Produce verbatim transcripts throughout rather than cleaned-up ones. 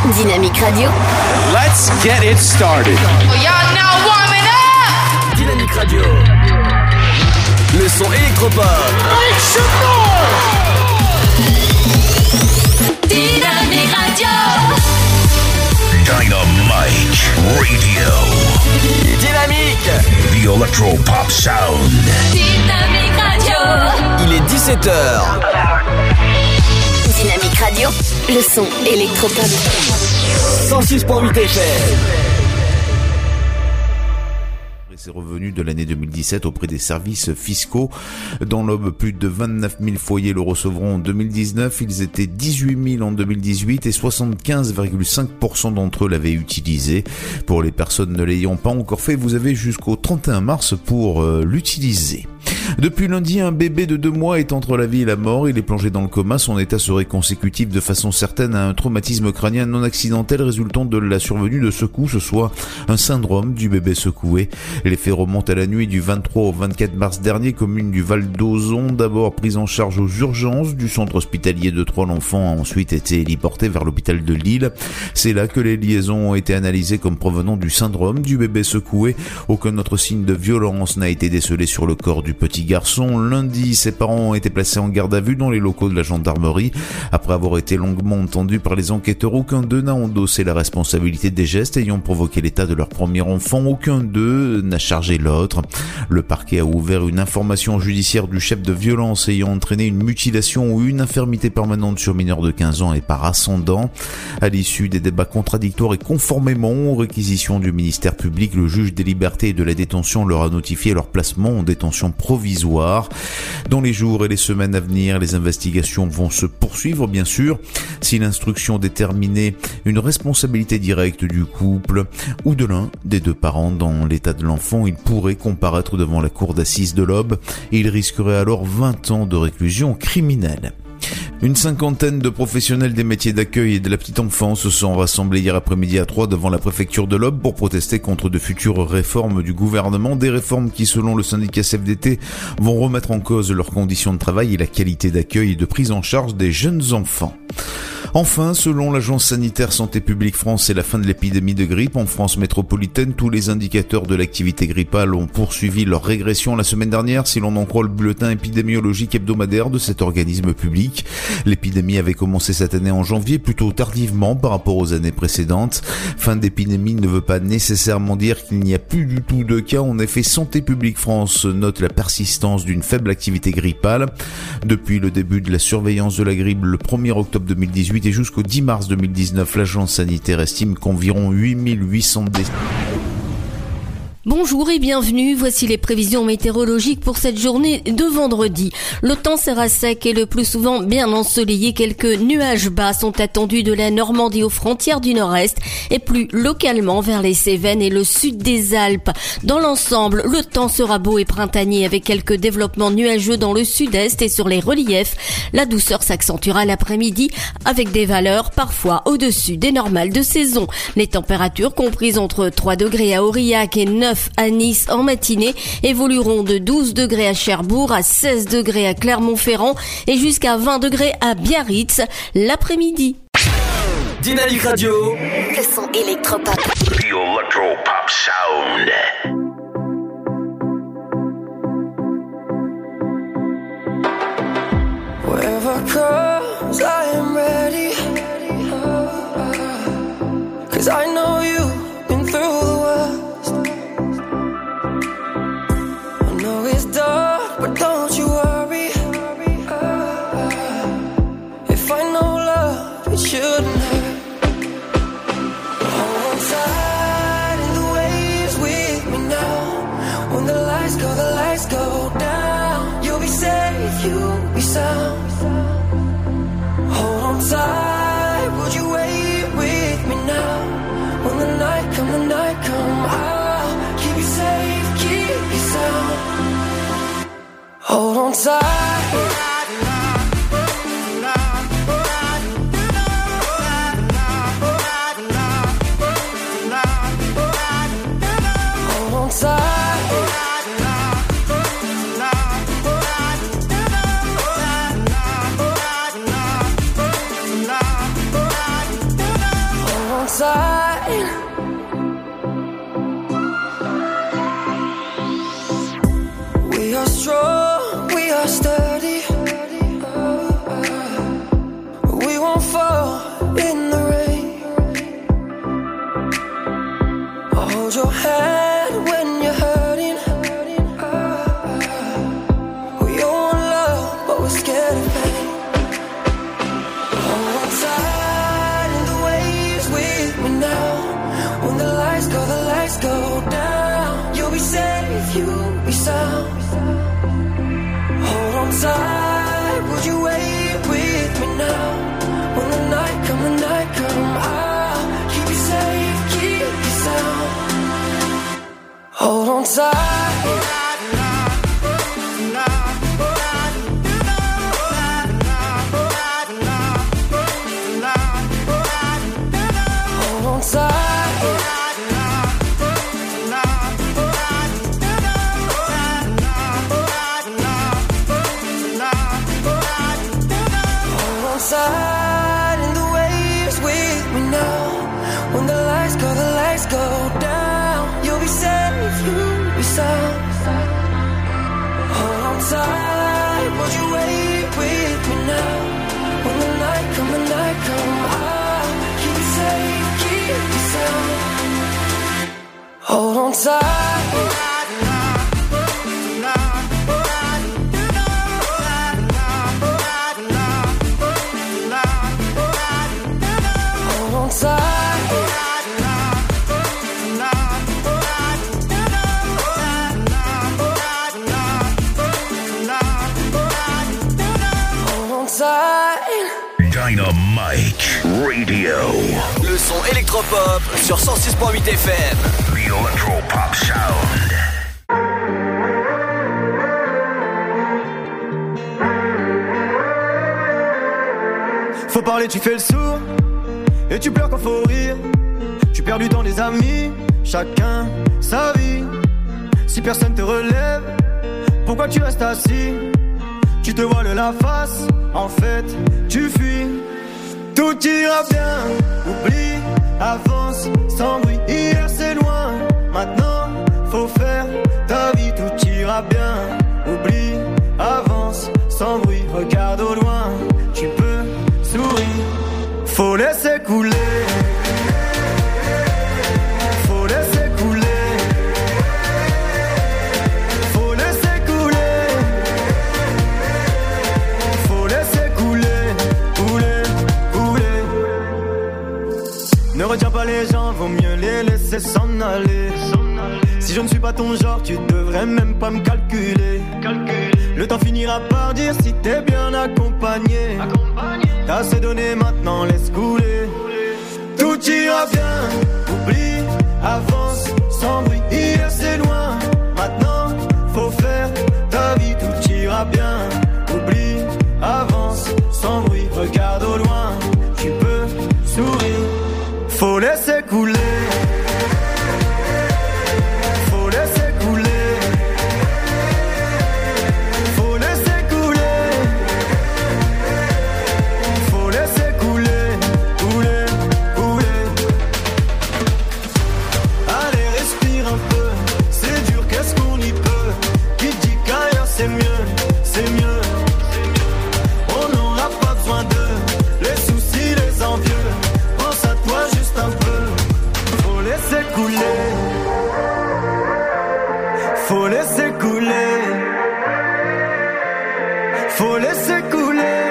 Dynamique Radio. Let's get it started. Well, y'all now warming up. Dynamique Radio. Le son électropop. Make some noise. Dynamique Radio. Dynamite Radio. Dynamique. The Electropop Sound. Dynamique Radio. Il est dix-sept heures. Dynamique Radio, le son électropop. cent six virgule huit F M. Ses revenus de l'année deux mille dix-sept auprès des services fiscaux. Dans l'Aube, plus de vingt-neuf mille foyers le recevront en deux mille dix-neuf. Ils étaient dix-huit mille en deux mille dix-huit et soixante-quinze virgule cinq pour cent d'entre eux l'avaient utilisé. Pour les personnes ne l'ayant pas encore fait, vous avez jusqu'au trente et un mars pour euh, l'utiliser. Depuis lundi, un bébé de deux mois est entre la vie et la mort. Il est plongé dans le coma. Son état serait consécutif de façon certaine à un traumatisme crânien non accidentel résultant de la survenue de secousses, soit un syndrome du bébé secoué. Les faits remontent à la nuit du vingt-trois au vingt-quatre mars dernier, commune du Val d'Ozon, d'abord prise en charge aux urgences du centre hospitalier de Troyes. L'enfant a ensuite été héliporté vers l'hôpital de Lille. C'est là que les liaisons ont été analysées comme provenant du syndrome du bébé secoué. Aucun autre signe de violence n'a été décelé sur le corps du petit garçon. Lundi, ses parents ont été placés en garde à vue dans les locaux de la gendarmerie. Après avoir été longuement entendus par les enquêteurs, aucun d'eux n'a endossé la responsabilité des gestes ayant provoqué l'état de leur premier enfant. Aucun d'eux n'a chargé l'autre. Le parquet a ouvert une information judiciaire du chef de violence ayant entraîné une mutilation ou une infirmité permanente sur mineur de quinze ans et par ascendant. À l'issue des débats contradictoires et conformément aux réquisitions du ministère public, le juge des libertés et de la détention leur a notifié leur placement en détention provisoire. Dans les jours et les semaines à venir, les investigations vont se poursuivre, bien sûr. Si l'instruction déterminait une responsabilité directe du couple ou de l'un des deux parents dans l'état de l'enfant, il pourrait comparaître devant la cour d'assises de l'Aube et il risquerait alors vingt ans de réclusion criminelle. Une cinquantaine de professionnels des métiers d'accueil et de la petite enfance se sont rassemblés hier après-midi à Troyes devant la préfecture de l'Aube pour protester contre de futures réformes du gouvernement. Des réformes qui, selon le syndicat C F D T, vont remettre en cause leurs conditions de travail et la qualité d'accueil et de prise en charge des jeunes enfants. Enfin, selon l'Agence sanitaire Santé publique France, c'est la fin de l'épidémie de grippe. En France métropolitaine, tous les indicateurs de l'activité grippale ont poursuivi leur régression la semaine dernière, si l'on en croit le bulletin épidémiologique hebdomadaire de cet organisme public. L'épidémie avait commencé cette année en janvier, plutôt tardivement par rapport aux années précédentes. Fin d'épidémie ne veut pas nécessairement dire qu'il n'y a plus du tout de cas. En effet, Santé publique France note la persistance d'une faible activité grippale. Depuis le début de la surveillance de la grippe le premier octobre deux mille dix-huit et jusqu'au dix mars deux mille dix-neuf, l'agence sanitaire estime qu'environ huit mille huit cents décès. Bonjour et bienvenue, voici les prévisions météorologiques pour cette journée de vendredi. Le temps sera sec et le plus souvent bien ensoleillé. Quelques nuages bas sont attendus de la Normandie aux frontières du nord-est et plus localement vers les Cévennes et le sud des Alpes. Dans l'ensemble, le temps sera beau et printanier avec quelques développements nuageux dans le sud-est et sur les reliefs. La douceur s'accentuera l'après-midi avec des valeurs parfois au-dessus des normales de saison. Les températures comprises entre trois degrés à Aurillac et neuf à Nice en matinée évolueront de douze degrés à Cherbourg à seize degrés à Clermont-Ferrand et jusqu'à vingt degrés à Biarritz l'après-midi. Dynamique Radio. Le son électropop. The Electropop Sound. Wherever comes, I am ready. 'Cause I know you've been through the worst. I know it's dark, but don't you worry. If I know love, it shouldn't hurt. Hold on tight in the waves with me now. When the lights go, the lights go down. You'll be safe, you'll be sound. Hold on tight, would you wait with me now? When the night come, the night come, I'll keep you safe, keep you sound. Hold on tight. Hold on tight. Hold inside. We are strong, we are sturdy. We won't fall in the rain. I'll hold your hand when you're hurting. We all want love, but we're scared of pain. Hold on tight in the waves with me now. When the lights go, the lights go down. You'll be safe, you'll be sound. Hold on tight, would you wait with me now? When the night come, the night come, I'll keep you safe, keep you sound. Hold on tight. Hold on tight. Hold on tight in the waves with me now. When the lights go, the lights go down. You'll be safe, you'll be sound. Hold on tight, would you wait with me now? When the night come, the night come, I'll keep you safe, keep you sound. Hold on tight. Hold on tight. Hold on tight. Dynamite Radio. Le son électropop sur cent six point huit F M. The Electropop Sound. Faut parler, tu fais le sourd. Et tu pleures quand faut rire. Tu perds du temps des amis. Chacun sa vie. Si personne te relève, pourquoi tu restes assis? Tu te voiles la face, en fait, tu fuis. Tout ira bien, oublie, avance, sans bruit. Hier c'est loin, maintenant, faut faire ta vie. Tout ira bien, oublie, avance, sans bruit. Regarde au loin, tu peux sourire. Faut laisser couler. Faut laisser couler. Faut laisser couler. Faut laisser couler. Couler, couler. Ne retiens pas les gens, vaut mieux les laisser s'en aller. Si je ne suis pas ton genre, tu devrais même pas me calculer. Le temps finira par dire si t'es bien accompagné. T'as assez donné, maintenant laisse couler. Tout ira bien, oublie, avance, sans bruit. Hier c'est loin, maintenant faut faire ta vie. Tout ira bien, oublie, avance, sans bruit. Regarde au loin, tu peux sourire. Faut laisser couler. Faut laisser couler. Faut laisser couler. Faut laisser couler. Couler, couler. Allez, respire un peu. C'est dur, qu'est-ce qu'on y peut? Qui dit qu'ailleurs c'est mieux? C'est mieux. On n'aura pas besoin d'eux. Les soucis, les envieux. Pense à toi juste un peu. Faut laisser couler. Faut laisser couler. Faut laisser couler.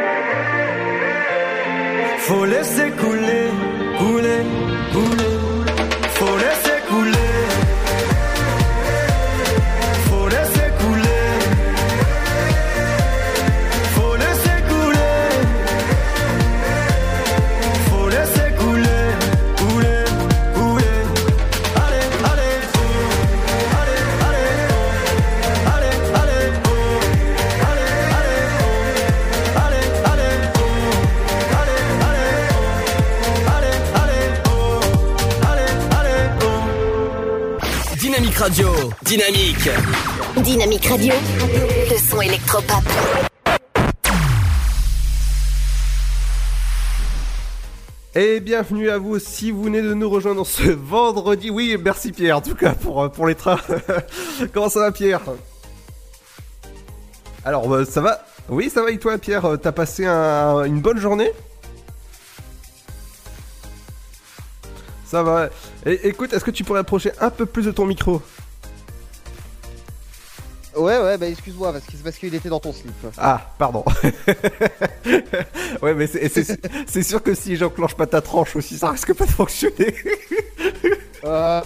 Faut laisser couler. Couler, couler. Faut laisser couler. Faut laisser couler. Faut laisser couler. Faut laisser couler. Couler, couler. Allez, allez, oh. Allez, allez, oh. Allez, allez, oh. Allez, allez, oh. Allez, allez, oh. Allez, allez, oh. Allez, allez, oh. Allez, allez, oh. Dynamique Radio. Dynamique. Dynamique Radio, le son électropop. Et bienvenue à vous si vous venez de nous rejoindre ce vendredi. Oui, merci Pierre en tout cas pour, pour les trains. Comment ça va Pierre? Alors euh, ça va? Oui, ça va et toi Pierre? T'as passé un, une bonne journée? Ça va. Et, écoute, est-ce que tu pourrais approcher un peu plus de ton micro? Ouais, ouais, bah excuse-moi, parce, que, parce qu'il était dans ton slip. Ah, pardon. Ouais, mais c'est, c'est, c'est sûr que si j'enclenche pas ta tranche aussi, ça risque pas de fonctionner. euh...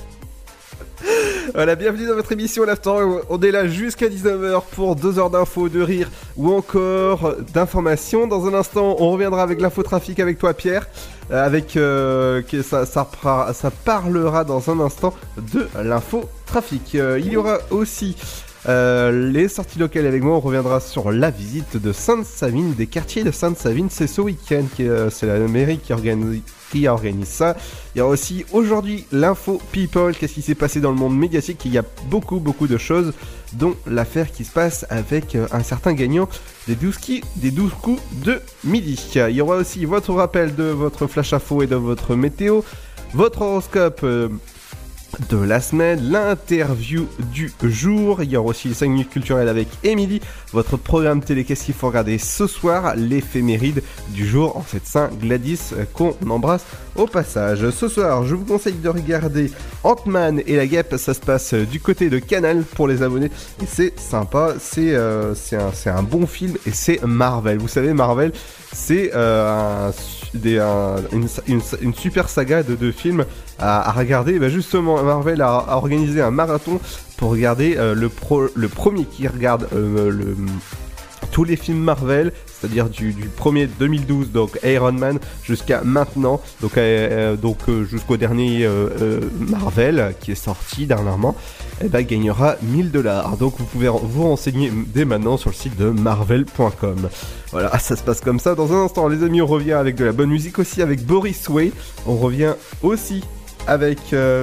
Voilà, bienvenue dans votre émission l'After. On est là jusqu'à dix-neuf heures pour deux heures d'infos, de rire ou encore d'informations. Dans un instant, on reviendra avec l'infotrafic avec toi Pierre. Avec euh, que ça, ça, ça parlera dans un instant de l'infotrafic. Euh, il y aura aussi euh, les sorties locales avec moi. On reviendra sur la visite de Sainte-Savine, des quartiers de Sainte-Savine. C'est ce week-end, qui, euh, c'est la mairie qui organise, qui organise ça. Il y aura aussi aujourd'hui l'info people. Qu'est-ce qui s'est passé dans le monde médiatique? Il y a beaucoup beaucoup de choses, dont l'affaire qui se passe avec euh, un certain gagnant des douze, qui, des douze coups de midi. Il y aura aussi votre rappel de votre flash info et de votre météo, votre horoscope euh, de la semaine, l'interview du jour. Il y aura aussi les cinq minutes culturelles avec Émilie, votre programme télé, qu'est-ce qu'il faut regarder ce soir, l'éphéméride du jour en cette Saint-Gladys qu'on embrasse au passage. Ce soir, je vous conseille de regarder Ant-Man et la guêpe. Ça se passe du côté de Canal pour les abonnés et c'est sympa, c'est, euh, c'est, un, c'est un bon film et c'est Marvel. Vous savez, Marvel, c'est euh, un, des, un, une, une, une super saga de, de films à, à regarder. Et ben justement, Marvel a, a organisé un marathon pour regarder euh, le, pro, le premier qui regarde euh, le, tous les films Marvel, c'est-à-dire du, du premier deux mille douze, donc Iron Man, jusqu'à maintenant, donc, euh, donc euh, jusqu'au dernier euh, euh, Marvel qui est sorti dernièrement, et ben, gagnera mille dollars. Donc vous pouvez vous renseigner dès maintenant sur le site de marvel point com. Voilà, ça se passe comme ça. Dans un instant, les amis, on revient avec de la bonne musique aussi, avec Boris Way. On revient aussi avec... Euh,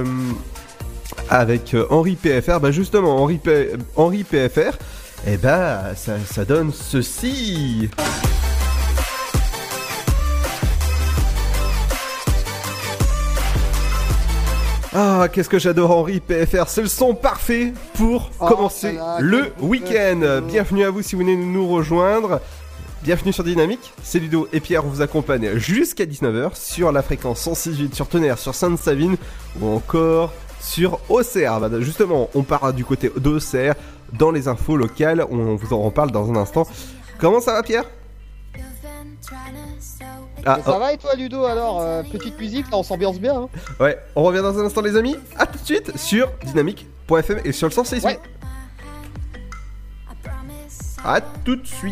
avec euh, Henri P F R. Bah justement, Henri, P... Henri P F R, et eh bah ça, ça donne ceci. Ah, qu'est-ce que j'adore Henri P F R, c'est le son parfait pour oh, commencer là, le week-end. Euh, Bienvenue à vous si vous venez nous rejoindre. Bienvenue sur Dynamique, c'est Ludo et Pierre vous accompagnent jusqu'à dix-neuf heures sur la fréquence cent six virgule huit sur Tonnerre, sur Sainte-Savine ou encore sur Auxerre. Bah, justement, on part du côté d'Auxerre dans les infos locales, on vous en reparle dans un instant. Comment ça va Pierre? Ah, ça oh. va et toi Ludo alors euh, petite musique, là on s'ambiance bien hein. Ouais, on revient dans un instant les amis, à tout de suite sur dynamique point f m et sur le cent six. Ouais. À tout de suite.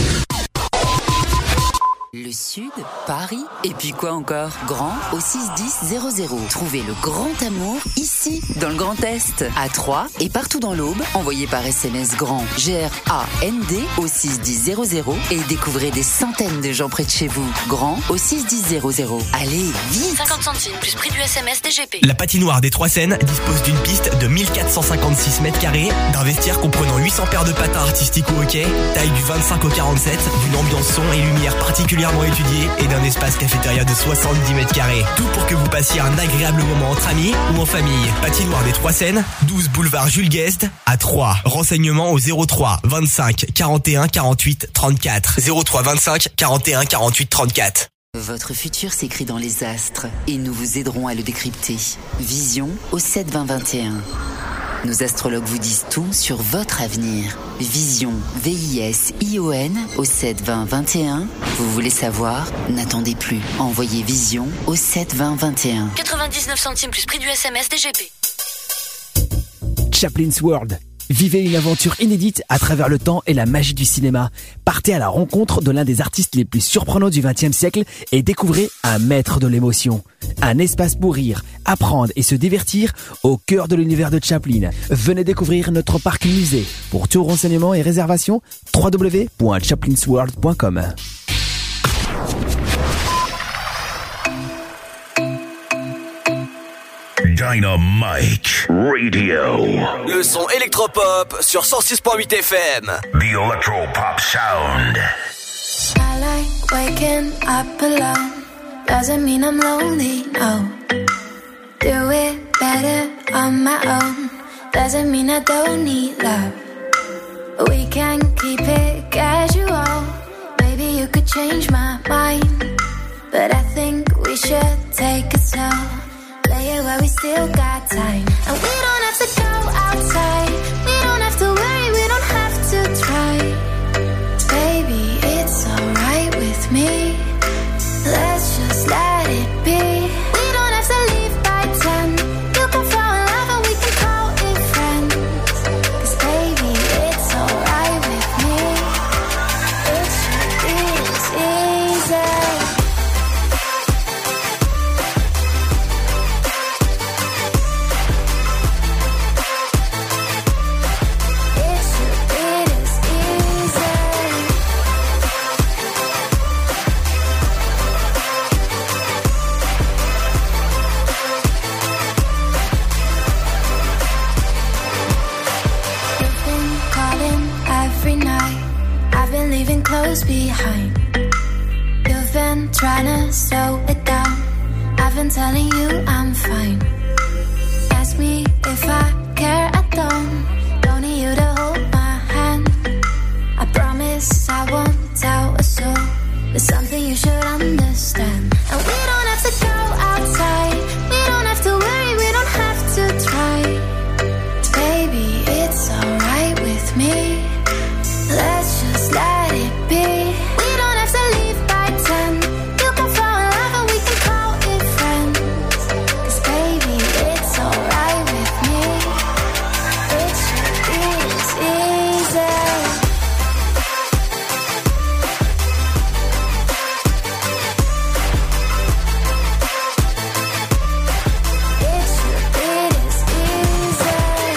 Le Sud, Paris, et puis quoi encore? Grand au six dix zéro zéro. Trouvez le grand amour ici, dans le Grand Est, à Troyes et partout dans l'Aube. Envoyez par S M S GRAND, G R A N D au six dix zéro zéro et découvrez des centaines de gens près de chez vous. Grand au six dix zéro zéro. Allez, vite! cinquante centimes plus prix du S M S D G P. La patinoire des Trois Seines dispose d'une piste de mille quatre cent cinquante-six mètres carrés, d'un vestiaire comprenant huit cents paires de patins artistiques ou hockey, taille du vingt-cinq au quarante-sept, d'une ambiance son et lumière particulièrement étudié et d'un espace cafétéria de soixante-dix mètres carrés. Tout pour que vous passiez un agréable moment entre amis ou en famille. Patinoire des Trois Seines, douze boulevard Jules Guest à Troyes. Renseignements au zéro trois vingt-cinq quarante et un quarante-huit trente-quatre. zéro trois vingt-cinq quarante et un quarante-huit trente-quatre. Votre futur s'écrit dans les astres et nous vous aiderons à le décrypter. Vision au sept vingt vingt et un. Nos astrologues vous disent tout sur votre avenir. Vision, V I S I O N au sept vingt vingt et un. Vous voulez savoir? N'attendez plus. Envoyez Vision au sept vingt vingt et un. quatre-vingt-dix-neuf centimes plus prix du S M S D G P. Chaplin's World. Vivez une aventure inédite à travers le temps et la magie du cinéma. Partez à la rencontre de l'un des artistes les plus surprenants du vingtième siècle et découvrez un maître de l'émotion. Un espace pour rire, apprendre et se divertir au cœur de l'univers de Chaplin. Venez découvrir notre parc musée. Pour tout renseignement et réservation, w w w point chaplinsworld point com. Dynamique Radio. Le son électropop sur cent six point huit F M. The Electropop Sound. I like waking up alone, doesn't mean I'm lonely, no. Do it better on my own, doesn't mean I don't need love. We can keep it casual, maybe you could change my mind, but I think we should take it slow, play it while we still got time. And we don't have to go outside, we don't have to worry, we don't have to try. Baby, it's alright with me, let's just let it be. We don't have to leave by ten, you can fall in love and we can call it friends. Cause baby, it's alright with me, it should be this easy. Close behind. You've been trying to slow it down, I've been telling you I'm fine. Ask me if I care, I don't. Don't need you to hold my hand, I promise I won't tell a soul. There's something you should understand. And we don't have to go outside, we don't have to worry, we don't have to try. Baby, it's alright with me, let's just let it be. We don't have to leave by ten, you can fall in love and we can call it friends. Cause baby, it's alright with me, it should be this easy. It should be this easy.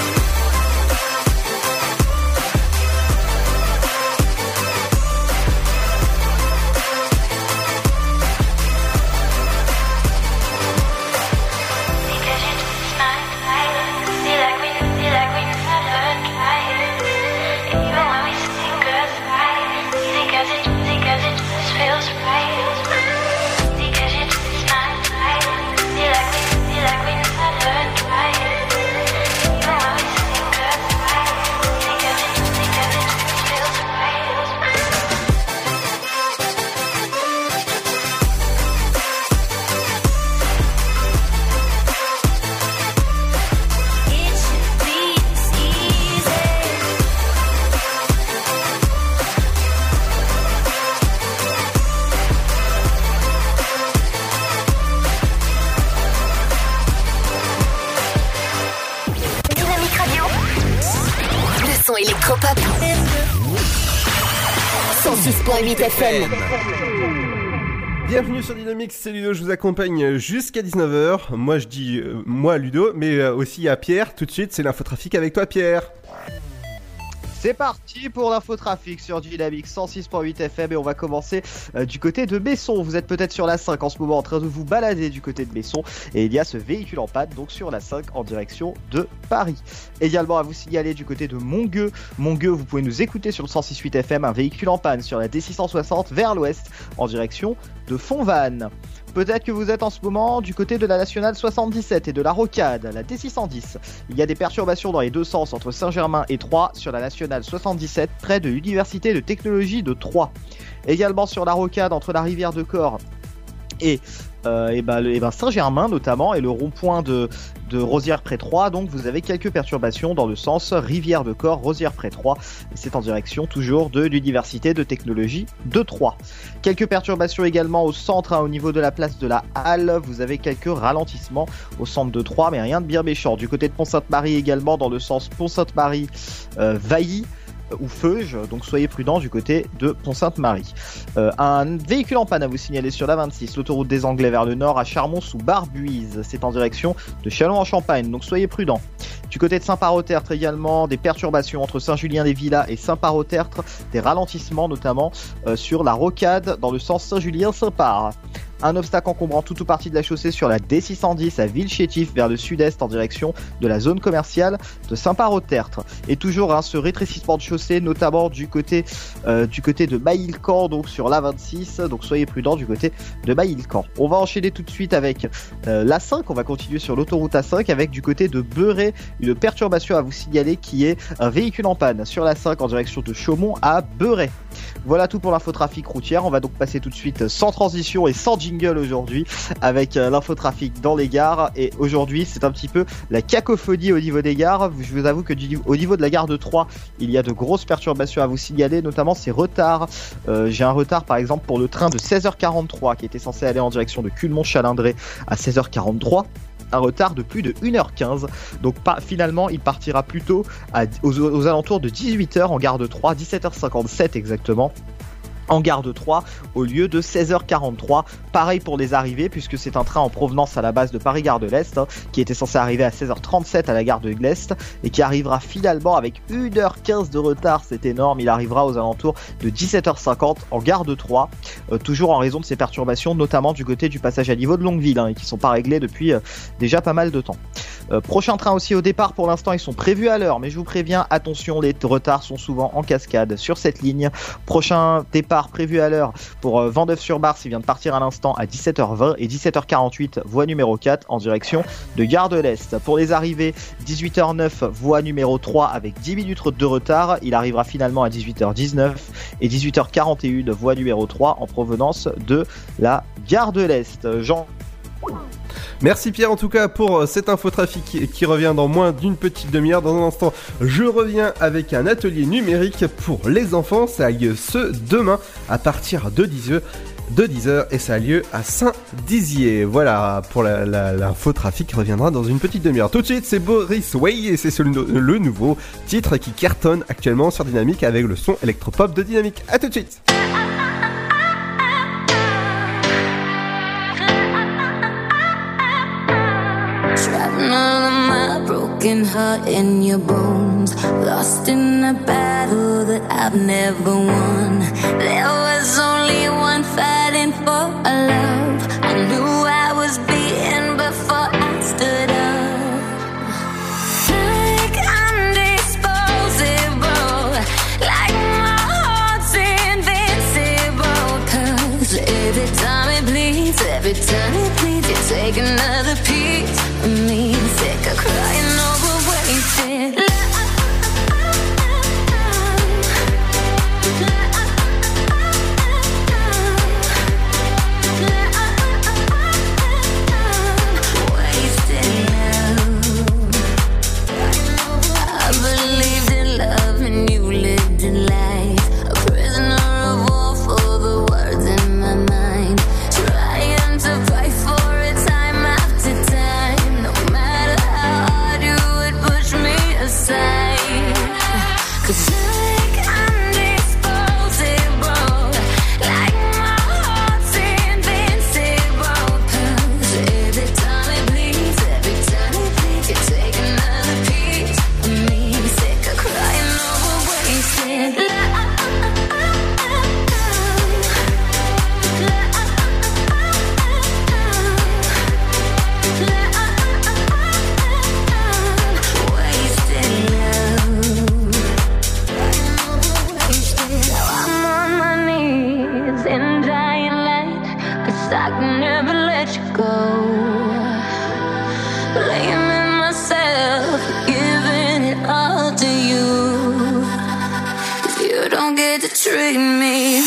Électropop cent six point huit F M. Bienvenue sur Dynamix, c'est Ludo, je vous accompagne jusqu'à dix-neuf heures. Moi je dis euh, moi Ludo, mais euh, aussi à Pierre. Tout de suite, c'est l'infotrafic avec toi Pierre. C'est parti pour l'infotrafic sur Dynamique cent six point huit F M et on va commencer euh, du côté de Besson. Vous êtes peut-être sur la cinq en ce moment en train de vous balader du côté de Besson et il y a ce véhicule en panne donc sur la cinq en direction de Paris. Également à vous signaler du côté de Mongueux. Mongueux, vous pouvez nous écouter sur le cent six point huit F M, un véhicule en panne sur la D six cent soixante vers l'ouest en direction de Fontvannes. Peut-être que vous êtes en ce moment du côté de la nationale soixante-dix-sept et de la Rocade, la D six cent dix. Il y a des perturbations dans les deux sens entre Saint-Germain et Troyes sur la nationale soixante-dix-sept près de l'université de technologie de Troyes. Également sur la Rocade entre la rivière de Corps et, euh, et, ben, et ben Saint-Germain notamment et le rond-point de, de Rosières-près-Troyes. Donc vous avez quelques perturbations dans le sens rivière de Corps, Rosières-près-Troyes. Et c'est en direction toujours de l'université de technologie de Troyes. Quelques perturbations également au centre, hein, au niveau de la place de la Halle. Vous avez quelques ralentissements au centre de Troyes, mais rien de bien méchant. Du côté de Pont-Sainte-Marie également, dans le sens Pont-Sainte-Marie, euh, Vailly ou Feuge, donc soyez prudents du côté de Pont-Sainte-Marie. Euh, un véhicule en panne à vous signaler sur la vingt-six, l'autoroute des Anglais vers le nord à Charmont sous Barbuise. C'est en direction de Châlons-en-Champagne, donc soyez prudents. Du côté de Saint-Parot-Tertre également, des perturbations entre Saint-Julien-des-Villas et Saint-Parot-Tertre, des ralentissements notamment euh, sur la Rocade dans le sens Saint-Julien-Saint-Par. Un obstacle encombrant toute ou partie de la chaussée sur la D six cent dix à Villechétif vers le sud-est en direction de la zone commerciale de Saint-Parot-Tertre. Et toujours hein, ce rétrécissement de chaussée, notamment du côté, euh, du côté de Mailly-le-Camp, donc sur l'A vingt-six. Donc soyez prudents du côté de Mailly-le-Camp. On va enchaîner tout de suite avec euh, l'A cinq. On va continuer sur l'autoroute A cinq avec du côté de Beuret une perturbation à vous signaler qui est un véhicule en panne sur l'A cinq en direction de Chaumont à Beuret. Voilà tout pour l'infotrafic routière. On va donc passer tout de suite sans transition et sans jingle aujourd'hui avec euh, l'infotrafic dans les gares. Et aujourd'hui, c'est un petit peu la cacophonie au niveau des gares. Je vous avoue que du, au niveau de la gare de Troyes, il y a de grosses perturbations à vous signaler, notamment ces retards. Euh, j'ai un retard par exemple pour le train de seize heures quarante-trois qui était censé aller en direction de Culmont-Chalindré à seize heures quarante-trois. Un retard de plus de une heure quinze. Donc pas, finalement, il partira plutôt à, aux, aux alentours de dix-huit heures en gare de Troyes, dix-sept heures cinquante-sept exactement. En gare de Troyes au lieu de seize heures quarante-trois. Pareil pour les arrivées puisque c'est un train en provenance à la base de Paris-Gare de l'Est hein, qui était censé arriver à seize heures trente-sept à la gare de l'Est et qui arrivera finalement avec une heure quinze de retard. C'est énorme, il arrivera aux alentours de dix-sept heures cinquante en gare de Troyes, euh, toujours en raison de ces perturbations, notamment du côté du passage à niveau de Longueville hein, et qui sont pas réglés depuis euh, déjà pas mal de temps. Euh, prochain train aussi au départ, pour l'instant ils sont prévus à l'heure, mais je vous préviens, attention, les retards sont souvent en cascade sur cette ligne. Prochain départ prévu à l'heure pour euh, Vendeuvre-sur-Barse, il vient de partir à l'instant à dix-sept heures vingt et dix-sept heures quarante-huit, voie numéro quatre en direction de Gare de l'Est. Pour les arrivées, dix-huit heures neuf, voie numéro trois avec dix minutes de retard, il arrivera finalement à dix-huit heures dix-neuf et dix-huit heures quarante et un, voie numéro trois en provenance de la Gare de l'Est. Jean. Merci Pierre en tout cas pour cette infotrafic qui, qui revient dans moins d'une petite demi-heure. Dans un instant, je reviens avec un atelier numérique pour les enfants. Ça a lieu ce demain à partir de dix heures. De dix heures et ça a lieu à Saint-Dizier. Voilà pour la, la, l'infotrafic qui reviendra dans une petite demi-heure. Tout de suite, c'est Boris Way et c'est le, le nouveau titre qui cartonne actuellement sur Dynamique avec le son électropop de Dynamique. A tout de suite. All of my broken heart in your bones, lost in a battle that I've never won. There was only one fighting for a love. I knew I was beaten before I stood up. Like I'm disposable, like my heart's invincible. Cause every time it bleeds, every time it bleeds, you take another piece of me. Sick of crying over wasted love. Treat me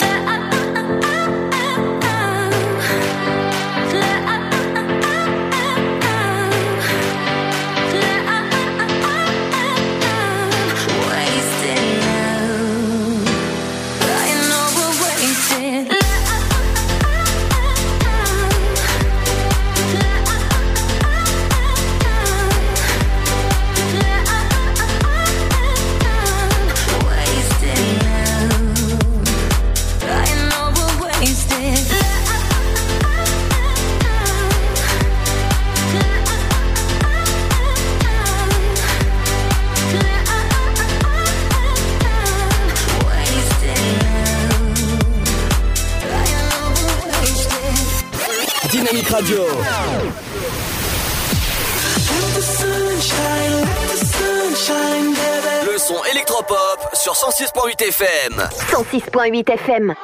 Radio. Le son électropop sur cent six point huit F M. cent six point huit F M.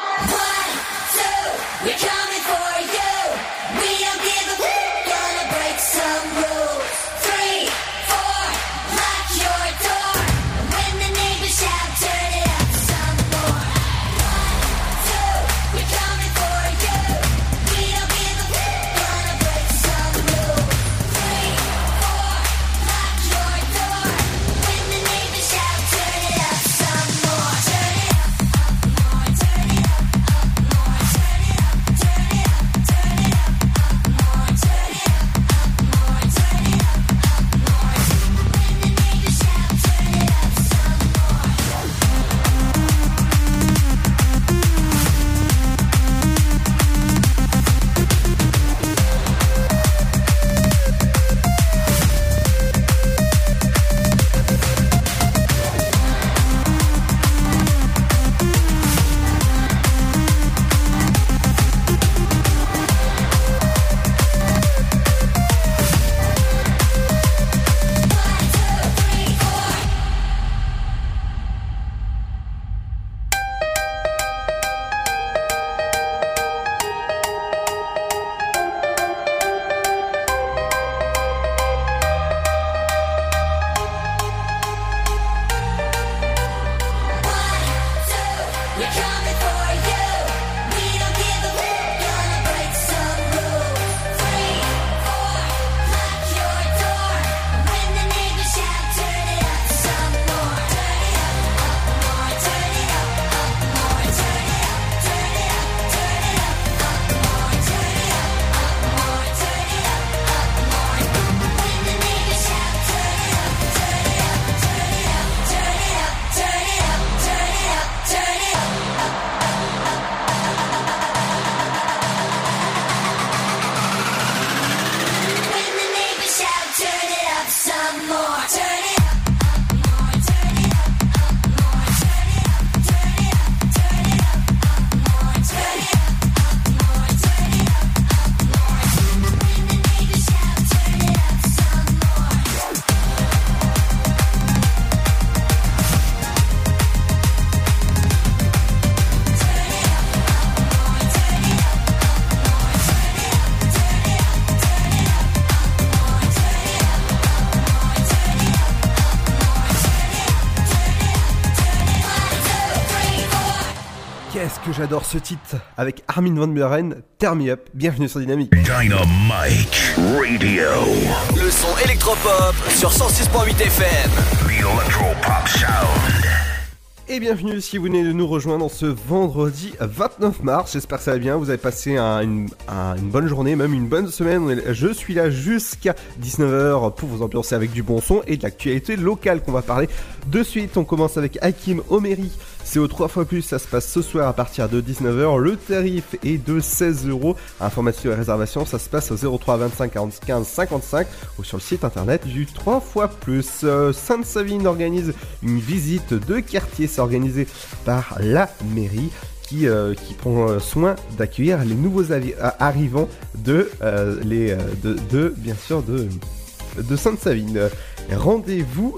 Qu'est-ce que j'adore ce titre avec Armin van Buuren, Turn Me Up. Bienvenue sur Dynamique. Dynamite Radio. Le son électropop sur cent six point huit F M. The Electropop Sound. Et bienvenue si vous venez de nous rejoindre ce vendredi vingt-neuf mars. J'espère que ça va bien, vous avez passé un, une, un, une bonne journée, même une bonne semaine. Je suis là jusqu'à dix-neuf heures pour vous ambiancer avec du bon son et de l'actualité locale qu'on va parler de suite. On commence avec Hakim Omeri. C'est au trois fois plus, ça se passe ce soir à partir de dix-neuf heures. Le tarif est de seize euros. Information et réservation, ça se passe au zéro trois vingt-cinq quarante-quinze cinquante-cinq ou sur le site internet du trois fois plus. Euh, Sainte-Savine organise une visite de quartier. C'est organisé par la mairie qui, euh, qui prend soin d'accueillir les nouveaux avi- arrivants de, euh, les, euh, de, de, bien sûr, de, de Sainte-Savine. Rendez-vous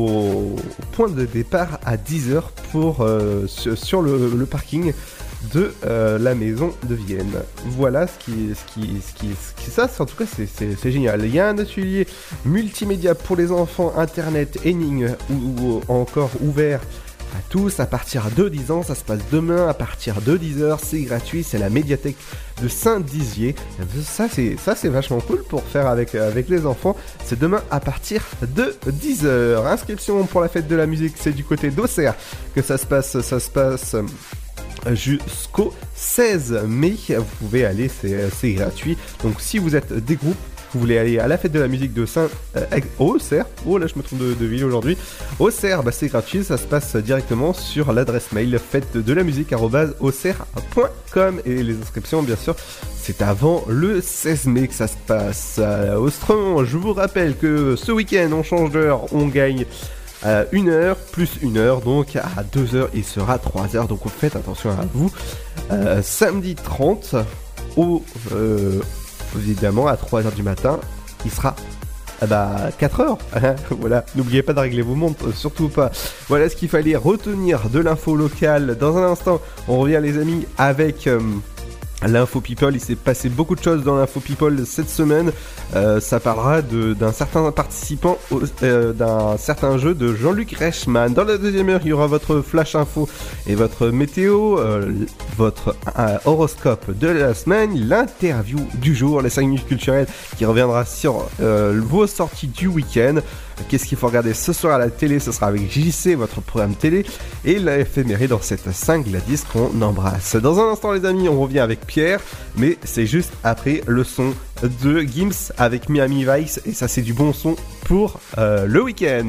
au point de départ à dix heures pour, euh, sur, sur le, le parking de euh, la maison de Vienne. Voilà ce qui, ce qui, ce qui, ce qui ça, en tout cas, c'est, c'est, c'est génial. Il y a un atelier multimédia pour les enfants, internet, énigmes ou, ou encore ouvert à tous à partir de dix ans. Ça se passe demain à partir de dix heures. C'est gratuit. C'est la médiathèque de Saint-Dizier. Ça c'est, ça, c'est vachement cool pour faire avec, avec les enfants. C'est demain à partir de dix heures. Inscription pour la fête de la musique, c'est du côté d'Auxerre que ça se passe. Ça se passe jusqu'au seize mai. Vous pouvez aller, c'est, c'est gratuit. Donc si vous êtes des groupes, vous voulez aller à la fête de la musique de Saint euh, Auxerre, oh là je me trompe de, de ville aujourd'hui, Auxerre, bah c'est gratuit, ça se passe directement sur l'adresse mail fête de la musique arobase auxerre point com et les inscriptions bien sûr c'est avant le seize mai que ça se passe. À Austrement, je vous rappelle que ce week-end on change d'heure, on gagne euh, une heure plus une heure, donc à deux heures il sera trois heures, donc faites attention à vous. Euh, samedi trente au... Euh, évidemment, à trois heures du matin, il sera ah bah quatre heures. Voilà, n'oubliez pas de régler vos montres, euh, surtout pas. Voilà ce qu'il fallait retenir de l'info locale. Dans un instant, on revient les amis avec... Euh, L'info People, il s'est passé beaucoup de choses dans l'Info People cette semaine. Euh, ça parlera de, d'un certain participant au, euh, d'un certain jeu de Jean-Luc Reichmann. Dans la deuxième heure, il y aura votre flash info et votre météo, euh, votre euh, horoscope de la semaine, l'interview du jour, les cinq minutes culturelles qui reviendra sur euh, vos sorties du week-end. Qu'est-ce qu'il faut regarder ce soir à la télé? Ce sera avec J C, votre programme télé, et la éphéméride dans cette cinq Gladys qu'on embrasse. Dans un instant les amis, on revient avec Pierre, mais c'est juste après le son de Gims avec Miami Vice, et ça c'est du bon son pour euh, le week-end.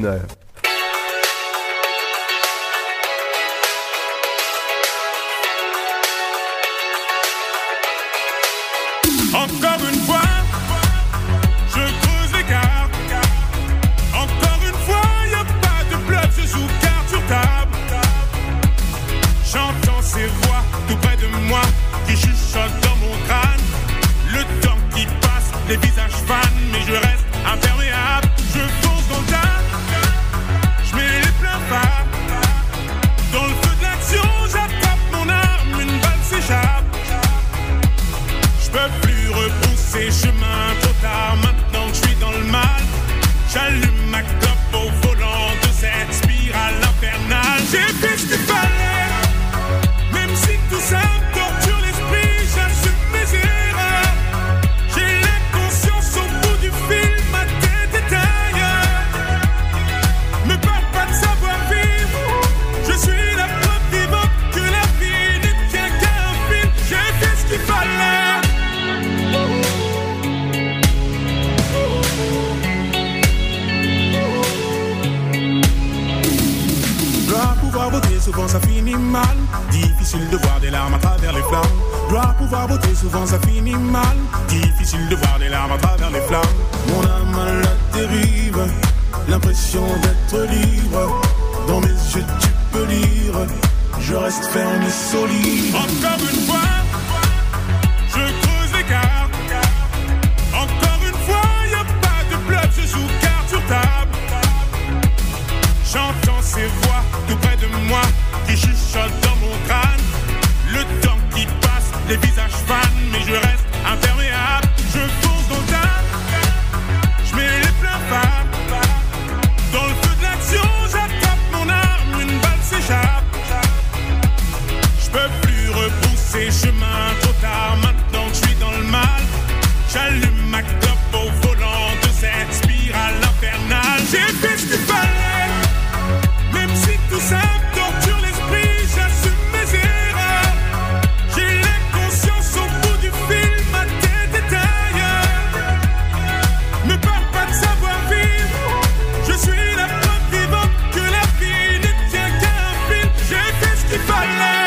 Encore une fois, je creuse l'écart. Encore une fois, y'a pas de bluff, je joue carte sur table. J'entends ces voix tout près de moi qui chuchotent dans mon crâne. Le temps qui passe, les visages fans, mais je reste imperméable. Je fonce dans le tas, je mets les pleins phares. Dans le feu de l'action, j'attrape mon arme, une balle s'échappe. Je peux plus repousser chemin trop tard, maintenant que je suis dans le mal. J'allume ma clope au volant de cette spirale infernale. J'ai fait ce qu'il fallait, même si tout ça me torture l'esprit, j'assume mes erreurs. J'ai la conscience au bout du fil, ma tête est ailleurs. Me parle pas de savoir vivre, je suis la preuve vivante que la vie ne tient qu'à un fil. J'ai fait ce qu'il fallait. Dois pouvoir voter, souvent ça finit mal. Difficile de voir des larmes à travers les flammes. Dois pouvoir voter, souvent ça finit mal. Difficile de voir des larmes à travers les flammes. Mon âme à la dérive, l'impression d'être libre. Dans mes yeux tu peux lire, je reste ferme et solide. Encore une fois, je creuse l'écart. Encore une fois, y'a pas de bluff, je joue carte sur table. J'entends ces voix tout près de moi qui chuchotent dans mon crâne. Le temps qui passe, les visages fans, mais je reste imperméable. Je fonce dans le tas, je mets les pleins phares. Dans le feu de l'action, j'attrape mon arme, une balle s'échappe. Je peux plus repousser chemin trop tard, maintenant que je suis dans le mal. J'allume ma clope au volant de cette spirale infernale. J'ai fait ce qu'il fallait, même si tout ça me torture l'esprit, j'assume mes erreurs. J'ai la conscience au bout du fil, ma tête est ailleurs. Me parle pas de savoir vivre, je suis la preuve vivante que la vie ne tient qu'à un fil. J'ai fait ce qu'il fallait.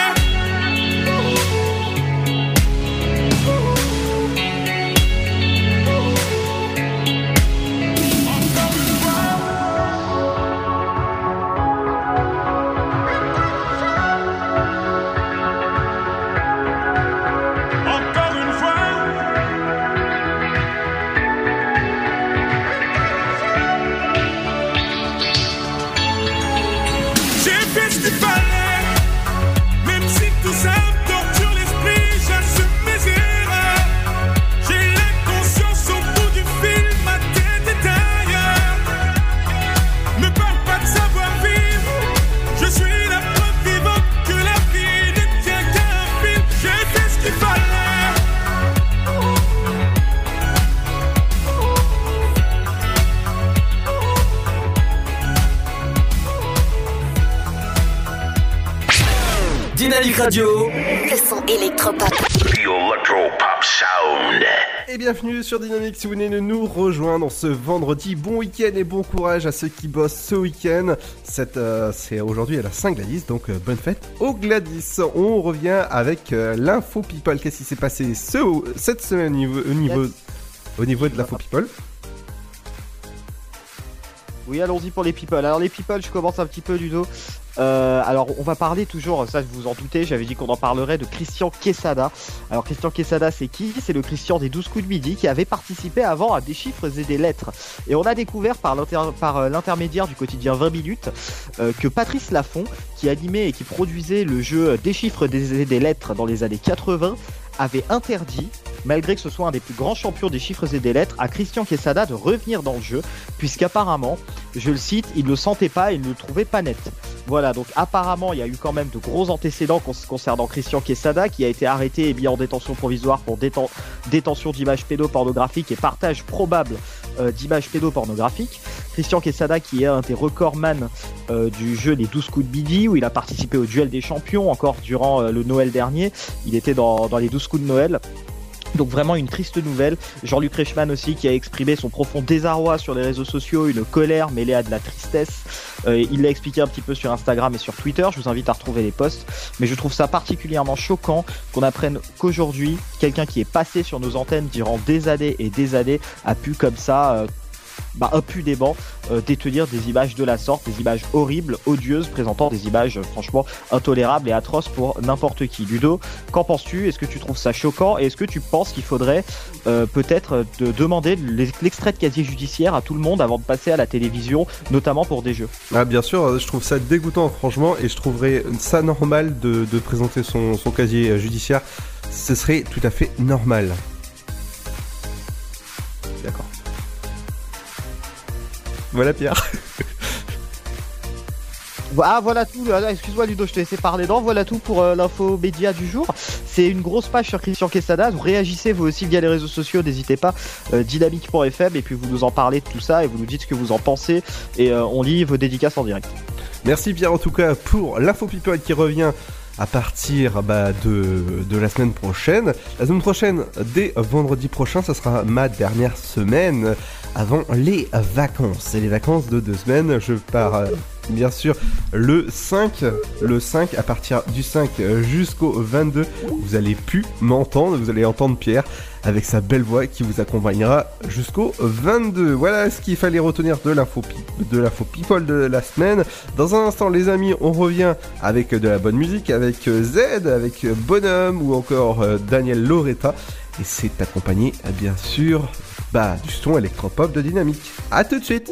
Dynamique Radio, le son électropop. The Electropop Sound. Et bienvenue sur Dynamique si vous venez de nous rejoindre ce vendredi. Bon week-end et bon courage à ceux qui bossent ce week-end. Cette, euh, c'est aujourd'hui à la Saint-Gladys, donc euh, bonne fête au Gladys. On revient avec euh, l'info people. Qu'est-ce qui s'est passé ce, cette semaine au niveau, au niveau, au niveau de l'info people? Oui, allons-y pour les people. Alors les people, je commence un petit peu du dos. Euh, alors on va parler toujours, ça vous en doutez, j'avais dit qu'on en parlerait de Christian Quesada. Alors Christian Quesada c'est qui ? C'est le Christian des douze coups de midi qui avait participé avant à Des chiffres et des lettres. Et on a découvert par, l'inter- par l'intermédiaire du quotidien vingt minutes euh, que Patrice Laffont, qui animait et qui produisait le jeu Des chiffres et des, des lettres dans les années quatre-vingts, avait interdit, malgré que ce soit un des plus grands champions des chiffres et des lettres, à Christian Quesada de revenir dans le jeu, puisqu'apparemment, je le cite, il ne le sentait pas et il ne le trouvait pas net. Voilà, donc apparemment, il y a eu quand même de gros antécédents concernant Christian Quesada, qui a été arrêté et mis en détention provisoire pour déten- détention d'images pédopornographiques et partage probable euh, d'images pédopornographiques. Christian Quesada, qui est un des recordman euh, du jeu Les douze coups de midi, où il a participé au duel des champions, encore durant euh, le Noël dernier. Il était dans, dans les douze coups de Noël. Donc vraiment une triste nouvelle. Jean-Luc Reichmann aussi, qui a exprimé son profond désarroi sur les réseaux sociaux, une colère mêlée à de la tristesse. Euh, il l'a expliqué un petit peu sur Instagram et sur Twitter, je vous invite à retrouver les posts. Mais je trouve ça particulièrement choquant qu'on apprenne qu'aujourd'hui, quelqu'un qui est passé sur nos antennes durant des années et des années a pu comme ça... Euh, bah, impudemment euh, détenir des images de la sorte, des images horribles, odieuses, présentant des images euh, franchement intolérables et atroces pour n'importe qui. Ludo, qu'en penses-tu ? Est-ce que tu trouves ça choquant ? Et est-ce que tu penses qu'il faudrait euh, peut-être de demander l'extrait de casier judiciaire à tout le monde avant de passer à la télévision, notamment pour des jeux ? Ah, bien sûr, je trouve ça dégoûtant franchement, et je trouverais ça normal de, de présenter son, son casier judiciaire. Ce serait tout à fait normal. D'accord. Voilà Pierre. Ah voilà tout, excuse-moi Ludo, je te laissais parler dans, voilà tout pour euh, l'info média du jour. C'est une grosse page sur Christian Quesada, vous réagissez vous aussi via les réseaux sociaux, n'hésitez pas, euh, dynamique point f m, et puis vous nous en parlez de tout ça et vous nous dites ce que vous en pensez, et euh, on lit vos dédicaces en direct. Merci Pierre en tout cas pour l'info people qui revient à partir bah, de, de la semaine prochaine. La semaine prochaine, dès vendredi prochain, ça sera ma dernière semaine avant les vacances. Et les vacances de deux semaines, je pars euh, bien sûr le cinq, le cinq, à partir du cinq jusqu'au vingt-deux, vous allez plus m'entendre, vous allez entendre Pierre avec sa belle voix qui vous accompagnera jusqu'au vingt-deux. Voilà ce qu'il fallait retenir de l'info, de l'info people de la semaine. Dans un instant les amis, on revient avec de la bonne musique, avec Z, avec Bonhomme ou encore Daniel Loretta. Et c'est accompagné bien sûr bah, du son électropop de Dynamique. A tout de suite.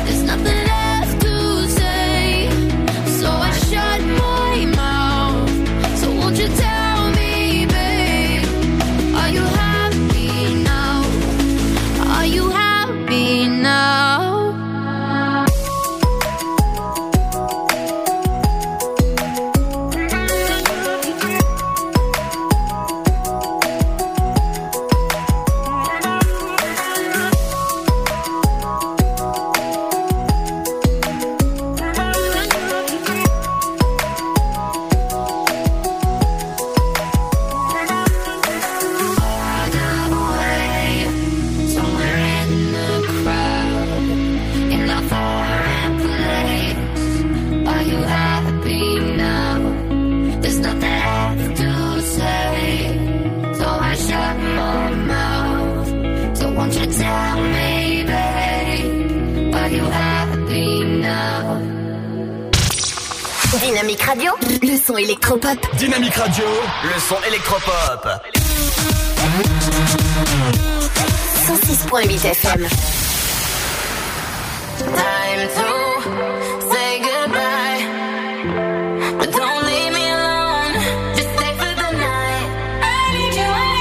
Mouth. Dynamique Radio, le son électropop. Dynamique Radio, le son électropop. cent six point huit F M. Time to say goodbye, but don't leave me alone. Just stay for the night. I need you, I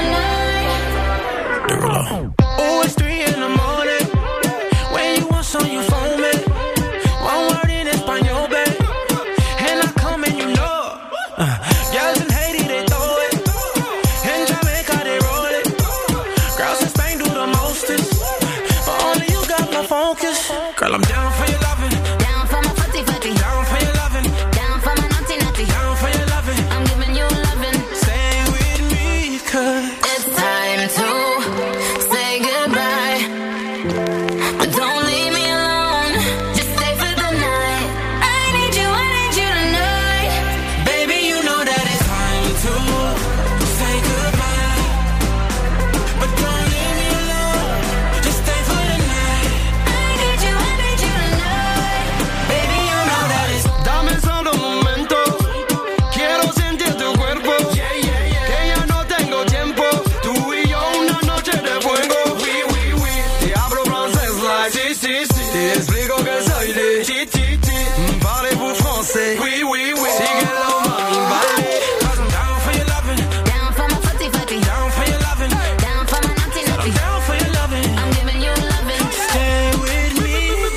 need you tonight. Oh, it's three in the morning. When you want some, you phone me. One word in Espanol, babe. And I come and you know. Uh, girls in Haiti, they throw it. In Jamaica, they roll it. Girls in Spain do the mostest. But only you got my focus. Girl, I'm down for your loving. Down for my footy footy. Down for your loving. Down for my naughty naughty. Down for your loving. I'm giving you loving. Stay with me, cause it's time to say goodbye, but don't leave me alone. Just stay for the night. I need you, I need you tonight. baby, you know that it's time to say goodbye. But don't leave me alone. Just stay for the night. I need you, I need you tonight. Baby, you know that it's dame solo un momento. Quiero sentir tu cuerpo. Yeah, yeah, yeah. Que ya no tengo tiempo. Tú y yo una noche de fuego. Oui, oui, oui. Te hablo francés like si, si, si. Te explico que soy de ti, ti, ti. Parlez-vous français? Oui, oui, oui. Síguelo, mami, vale. 'Cause I'm down for your loving. Down for my footy footy. Down for your loving. Down for my naughty I'm naughty. down for your loving. I'm giving you loving. Stay with me.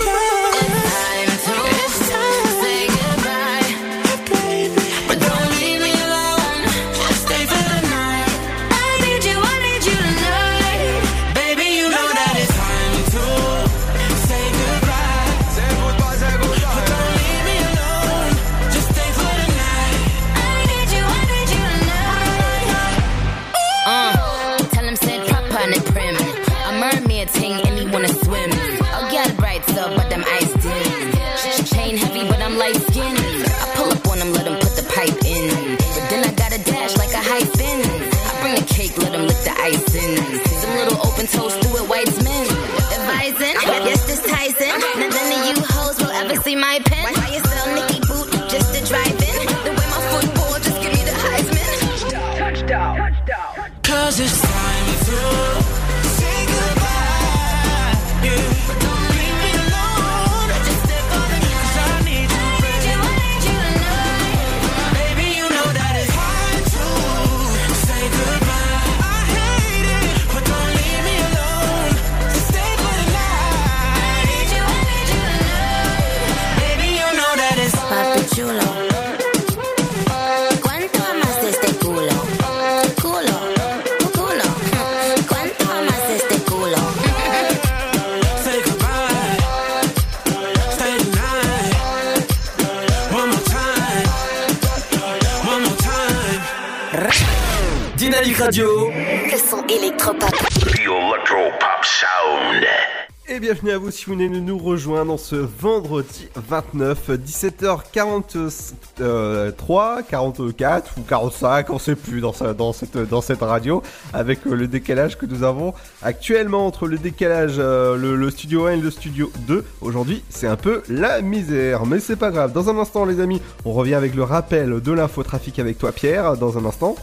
It's time to say goodbye, But don't leave me alone. Just stay for the night. I need you, I need you tonight. Baby, you know that it's time to say goodbye. Say goodbye, say goodbye. But don't leave me alone. Just stay for the night. I need you, I need you tonight. Uh, tell him said proper and it prim. A mermaid thing and he wanna swim. I'll get bright so but them eyes dim. Chain heavy but I'm light skinned. I pull up on him, let him put the pipe in. But then I gotta dash like a hyphen. I bring a cake, let him lick the ice in. Some little open toast through it, white men. Advising, yes this Tyson. None of you hoes will ever see my pen. Why you sell Nicky boot just to drive in? The way my football just give me the Heisman. Touchdown, touchdown. Cause it's time to say goodbye. Yeah. But don't leave me alone. Just stay for the night. 'Cause I need you, baby. I need you tonight. Baby, you know that it's time to say goodbye. I hate it, but don't leave me alone. Just stay for the night. I need you, I need you tonight. Baby, you know that it's Papi chulo, ¿cuánto amas este culo? Culo, tu culo. ¿Cuánto amas este culo? say goodbye. Stay tonight. One more time. One more time. Dynamique Radio, Le son électropop. The Electropop Sound. Et bienvenue à vous si vous venez de nous rejoindre ce vendredi vingt-neuf, dix-sept heures quarante-trois, quarante-quatre ou quarante-cinq, on sait plus dans, sa, dans, cette, dans cette radio, avec le décalage que nous avons actuellement entre le décalage, euh, le, le studio un et le studio deux. Aujourd'hui, c'est un peu la misère, mais c'est pas grave. Dans un instant, les amis, on revient avec le rappel de l'infotrafic avec toi, Pierre, dans un instant.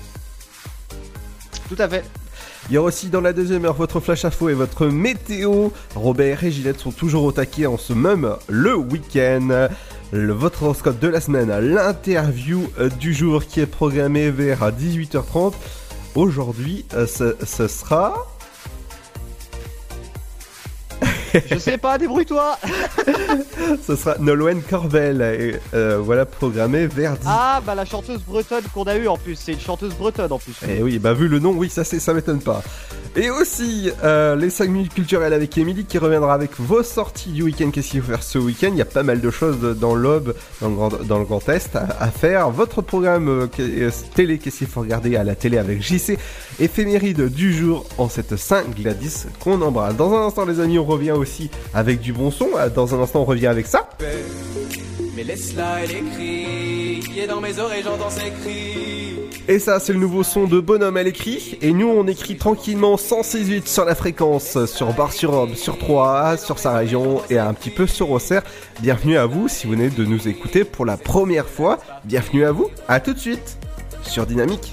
Tout à fait. Il y aura aussi dans la deuxième heure votre flash info et votre météo. Robert et Gillette sont toujours au taquet en ce même le week-end. Le, votre horoscope de la semaine, l'interview du jour qui est programmée vers dix-huit heures trente. Aujourd'hui, ce, ce sera... Je sais pas, débrouille-toi. Ce sera Nolwenn Corbel, et euh, voilà, programmé vers dix. Ah, bah la chanteuse bretonne qu'on a eue en plus, c'est une chanteuse bretonne en plus. Et oui, bah vu le nom, oui, ça c'est, ça m'étonne pas. Et aussi, euh, les cinq minutes culturelles avec Émilie qui reviendra avec vos sorties du week-end. Qu'est-ce qu'il faut faire ce week-end? Il y a pas mal de choses dans l'Aube, dans le Grand, dans le Grand Est à, à faire. Votre programme euh, euh, télé, qu'est-ce qu'il faut regarder à la télé avec J C. Éphéméride du jour en cette Saint Gladys qu'on embrasse. Dans un instant, les amis, on revient aussi avec du bon son. Dans un instant, on revient avec ça. Mais laisse-la, elle écrit, qui est dans mes oreilles, j'entends ses cris. Et ça, c'est le nouveau son de Bonhomme à l'écrit. Et nous, on écrit tranquillement cent six virgule huit sur la fréquence, sur Bar-sur-Aube, sur Troyes, sur sa région et un petit peu sur Auxerre. Bienvenue à vous si vous venez de nous écouter pour la première fois. Bienvenue à vous. À tout de suite sur Dynamique.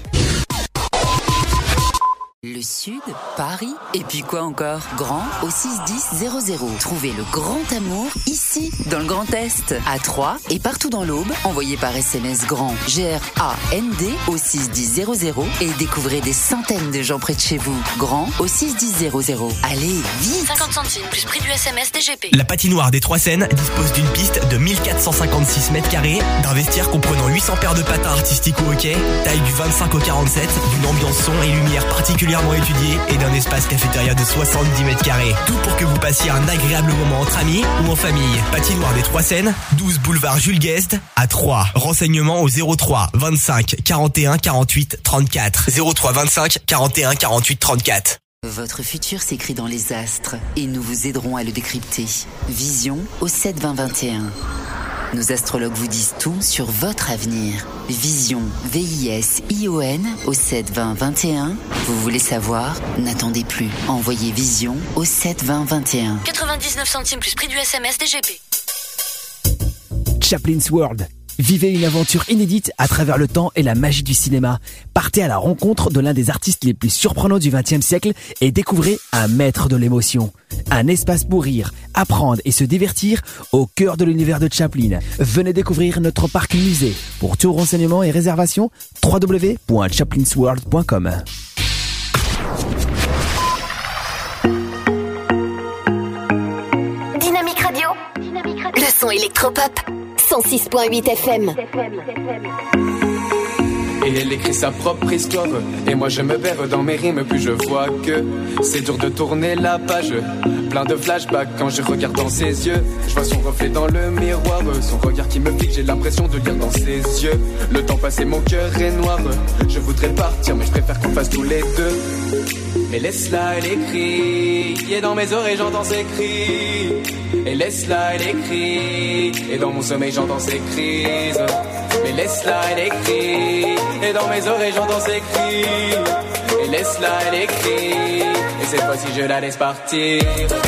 Le Sud, Paris, et puis quoi encore? Grand au six dix zéro zéro. Trouvez le grand amour ici, dans le Grand Est, à Troyes et partout dans l'Aube. Envoyez par S M S GRAND, G R A N D au six dix zéro zéro et découvrez des centaines de gens près de chez vous. Grand au six dix zéro zéro. Allez, vite! cinquante centimes plus prix du S M S D G P. La patinoire des Trois Seines dispose d'une piste de mille quatre cent cinquante-six mètres carrés, d'un vestiaire comprenant huit cents paires de patins artistiques ou hockey, taille du vingt-cinq au quarante-sept, d'une ambiance son et lumière particulièrement étudié et d'un espace cafétéria de soixante-dix mètres carrés. Tout pour que vous passiez un agréable moment entre amis ou en famille. Patinoire des Trois Seines, douze boulevard Jules Guest à Troyes. Renseignements au zéro trois vingt-cinq quarante et un quarante-huit trente-quatre. zéro trois vingt-cinq quarante et un quarante-huit trente-quatre. Votre futur s'écrit dans les astres et nous vous aiderons à le décrypter. Vision au sept vingt vingt et un. Nos astrologues vous disent tout sur votre avenir. Vision, V I S I O N au sept vingt vingt et un. Vous voulez savoir? N'attendez plus. Envoyez Vision au sept vingt vingt et un. quatre-vingt-dix-neuf centimes plus prix du S M S D G P. Chaplin's World. Vivez une aventure inédite à travers le temps et la magie du cinéma. Partez à la rencontre de l'un des artistes les plus surprenants du vingtième siècle et découvrez un maître de l'émotion. Un espace pour rire, apprendre et se divertir au cœur de l'univers de Chaplin. Venez découvrir notre parc musée. Pour tout renseignement et réservation, w w w point chaplins world point com. Dynamique Radio. Le son électropop. cent six virgule huit F M. Et elle écrit sa propre histoire. Et moi je me perds dans mes rimes. Puis je vois que c'est dur de tourner la page. Plein de flashbacks quand je regarde dans ses yeux. Je vois son reflet dans le miroir. Son regard qui me pique, j'ai l'impression de lire dans ses yeux. Le temps passé, mon cœur est noir. Je voudrais partir mais je préfère qu'on fasse tous les deux. Mais laisse-la, elle écrit. Et dans mes oreilles j'entends ses cris. Et laisse-la, elle écrit. Et dans mon sommeil j'entends ses crises. Mais laisse-la, elle écrit. Et dans mes oreilles j'entends ses cris. Et laisse-la, elle écrit. Et cette fois-ci je la laisse partir.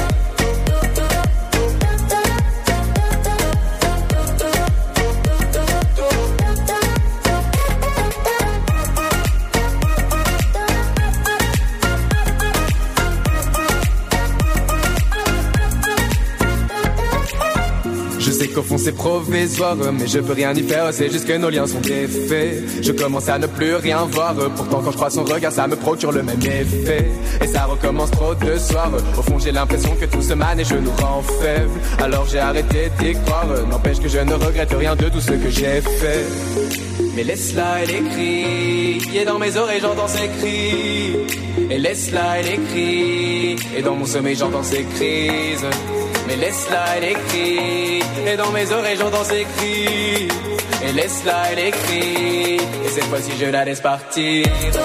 Je sais qu'au fond c'est provisoire, mais je peux rien y faire, c'est juste que nos liens sont défaits. Je commence à ne plus rien voir, pourtant quand je crois son regard ça me procure le même effet. Et ça recommence trop de soirs, au fond j'ai l'impression que tout se mane et je nous rend faibles. Alors j'ai arrêté d'y croire, n'empêche que je ne regrette rien de tout ce que j'ai fait. Mais laisse-la, elle écrit, et dans mes oreilles j'entends ses cris. Et laisse-la, elle écrit, et dans mon sommeil j'entends ses crises. Mais laisse-la, elle écrit, et dans mes oreilles j'entends ses cris. Et laisse-la, elle écrit, et cette fois-ci je la laisse partir.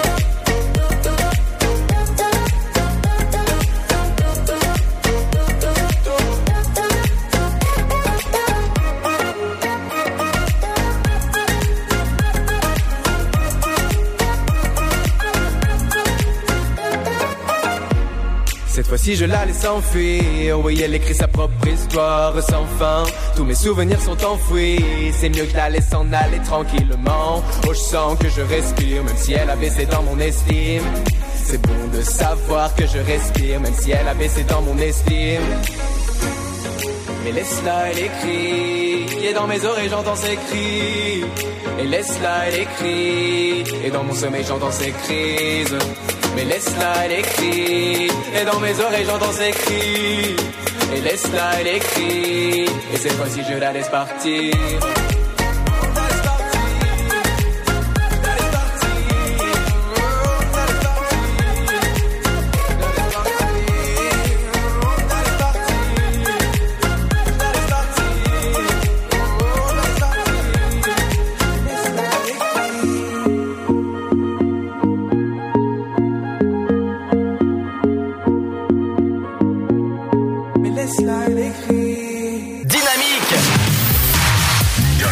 Cette fois-ci je la laisse s'enfuir. Oui, elle écrit sa propre histoire sans fin. Tous mes souvenirs sont enfouis. C'est mieux que je la laisse s'en aller tranquillement. Oh, je sens que je respire, même si elle a baissé dans mon estime. C'est bon de savoir que je respire, même si elle a baissé dans mon estime. Mais laisse-la, elle écrit, et dans mes oreilles j'entends ses cris. Et laisse-la, elle écrit, et dans mon sommeil j'entends ses crises. Mais laisse-la, elle écrit, et dans mes oreilles j'entends ses cris. Et laisse-la, elle écrit, et cette fois-ci je la laisse partir.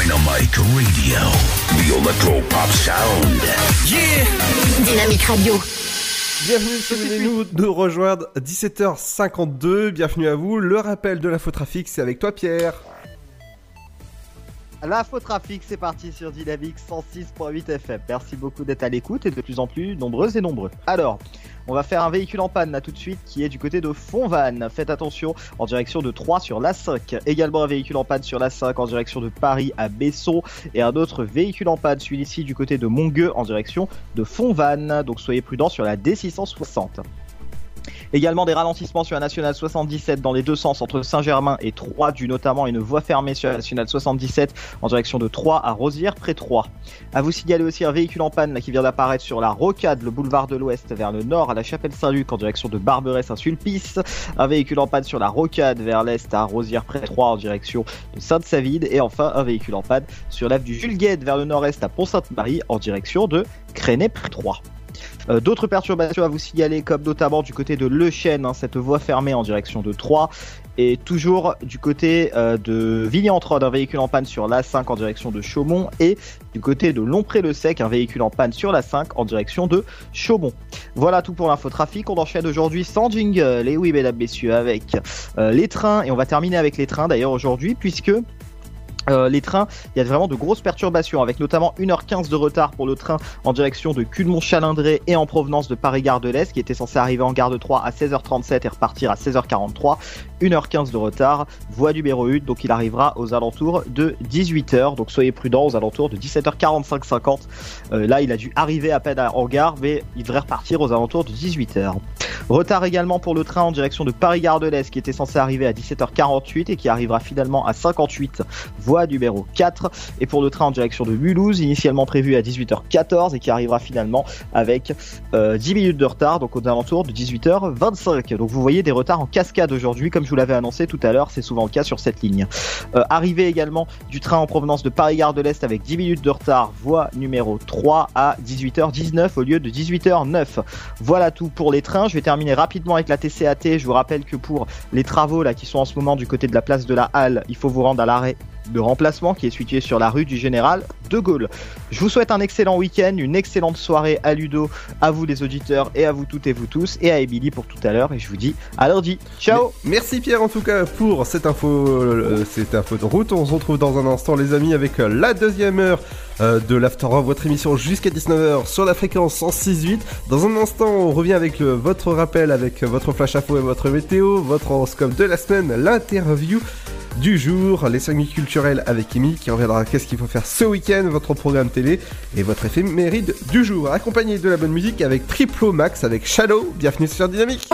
Dynamic Radio, the Electro Pop Sound. Yeah! Dynamic Radio. Bienvenue si vous venez nous de rejoindre dix-sept heures cinquante-deux, bienvenue à vous. Le rappel de l'infotrafic, c'est avec toi Pierre. L'infotrafic, c'est parti sur Dynamic cent six virgule huit F M. Merci beaucoup d'être à l'écoute et de plus en plus nombreuses et nombreux. Alors, on va faire un véhicule en panne là tout de suite qui est du côté de Fontvannes. Faites attention, en direction de Troyes sur l'A cinq. Également un véhicule en panne sur l'A cinq en direction de Paris à Besson. Et un autre véhicule en panne, celui-ci du côté de Mongueux en direction de Fontvannes. Donc soyez prudents sur la D six cent soixante. Également des ralentissements sur la nationale soixante-dix-sept dans les deux sens entre Saint-Germain et Troyes, dû notamment à une voie fermée sur la nationale soixante-dix-sept en direction de Troyes à Rosières près Troyes. À vous signaler aussi un véhicule en panne là, qui vient d'apparaître sur la Rocade, le boulevard de l'Ouest vers le nord à la Chapelle-Saint-Luc en direction de Barberey-Saint-Sulpice. Un véhicule en panne sur la Rocade vers l'est à Rosières près Troyes en direction de Sainte-Savide. Et enfin un véhicule en panne sur l'avenue Jules Guesde vers le nord-est à Pont-Sainte-Marie en direction de Crenay près Troyes. Euh, d'autres perturbations à vous signaler, comme notamment du côté de Le Chêne, hein, cette voie fermée en direction de Troyes, et toujours du côté euh, de Villiers-en-Trône, un véhicule en panne sur l'A cinq en direction de Chaumont, et du côté de Lompré-le-Sec, un véhicule en panne sur l'A cinq en direction de Chaumont. Voilà tout pour l'infotrafic. On enchaîne aujourd'hui sans jingle, et oui mesdames, messieurs, avec euh, les trains, et on va terminer avec les trains d'ailleurs aujourd'hui, puisque Euh, les trains, il y a vraiment de grosses perturbations avec notamment une heure quinze de retard pour le train en direction de Cudemont-Chalindré et en provenance de Paris-Gare de l'Est qui était censé arriver en gare de Troyes à seize heures trente-sept et repartir à seize heures quarante-trois. une heure quinze de retard, voie numéro un, donc il arrivera aux alentours de dix-huit heures, donc soyez prudents, aux alentours de dix-sept heures quarante-cinq cinquante. Euh, là il a dû arriver à peine en gare, mais il devrait repartir aux alentours de dix-huit heures. Retard également pour le train en direction de Paris-Gare de l'Est qui était censé arriver à dix-sept heures quarante-huit et qui arrivera finalement à cinquante-huit, voie numéro quatre. Et pour le train en direction de Mulhouse, initialement prévu à dix-huit heures quatorze et qui arrivera finalement avec euh, dix minutes de retard, donc aux alentours de dix-huit heures vingt-cinq. Donc vous voyez des retards en cascade aujourd'hui, comme je vous l'avais annoncé tout à l'heure, c'est souvent le cas sur cette ligne. Euh, arrivée également du train en provenance de Paris-Gare de l'Est avec dix minutes de retard, voie numéro trois à dix-huit heures dix-neuf au lieu de dix-huit heures neuf. Voilà tout pour les trains. Je vais terminer rapidement avec la T C A T. Je vous rappelle que pour les travaux là qui sont en ce moment du côté de la place de la Halle, il faut vous rendre à l'arrêt de remplacement qui est situé sur la rue du Général de Gaulle. Je vous souhaite un excellent week-end, une excellente soirée à Ludo, à vous les auditeurs et à vous toutes et vous tous, et à Émilie pour tout à l'heure, et je vous dis à lundi. Ciao. Merci Pierre en tout cas pour cette info, euh, cette info de route. On se retrouve dans un instant les amis avec euh, la deuxième heure euh, de l'After Rock, votre émission jusqu'à dix-neuf heures sur la fréquence cent six virgule huit. Dans un instant on revient avec le, votre rappel, avec votre flash info et votre météo, votre horoscope de la semaine, l'interview du jour, les cinq minutes culturelles avec Emile qui reviendra qu'est-ce qu'il faut faire ce week-end, votre programme télé et votre éphéméride du jour, accompagné de la bonne musique avec Triplo Max avec Shadow. Bienvenue sur Dynamique.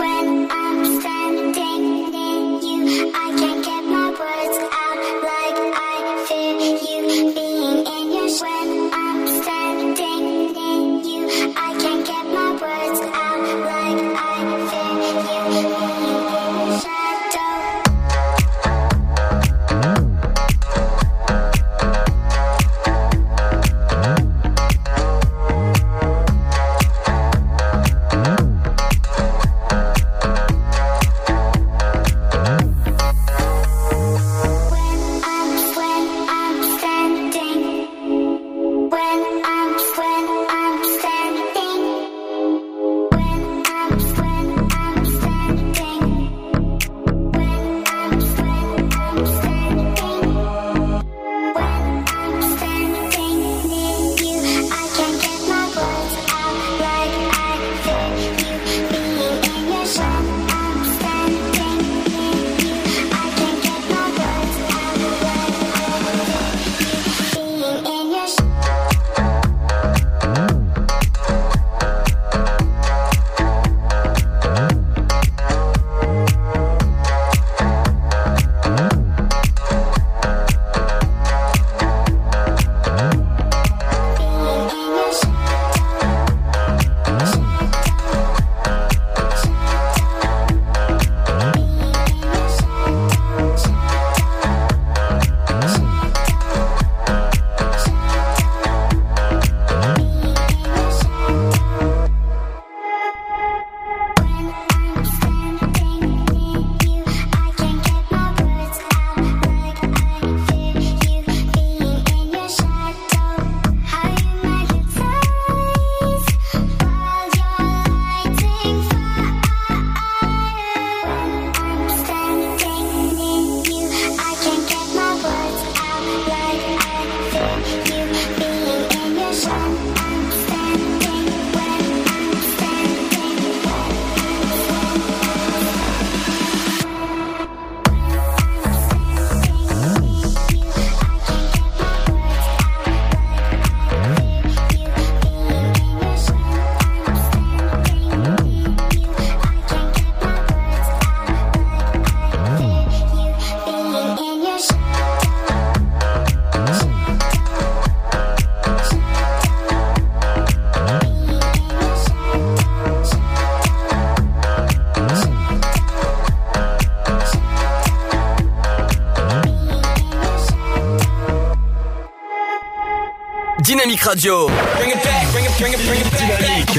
Dynamique Radio. Bring it back, bring it, bring it, bring it back. Dynamique.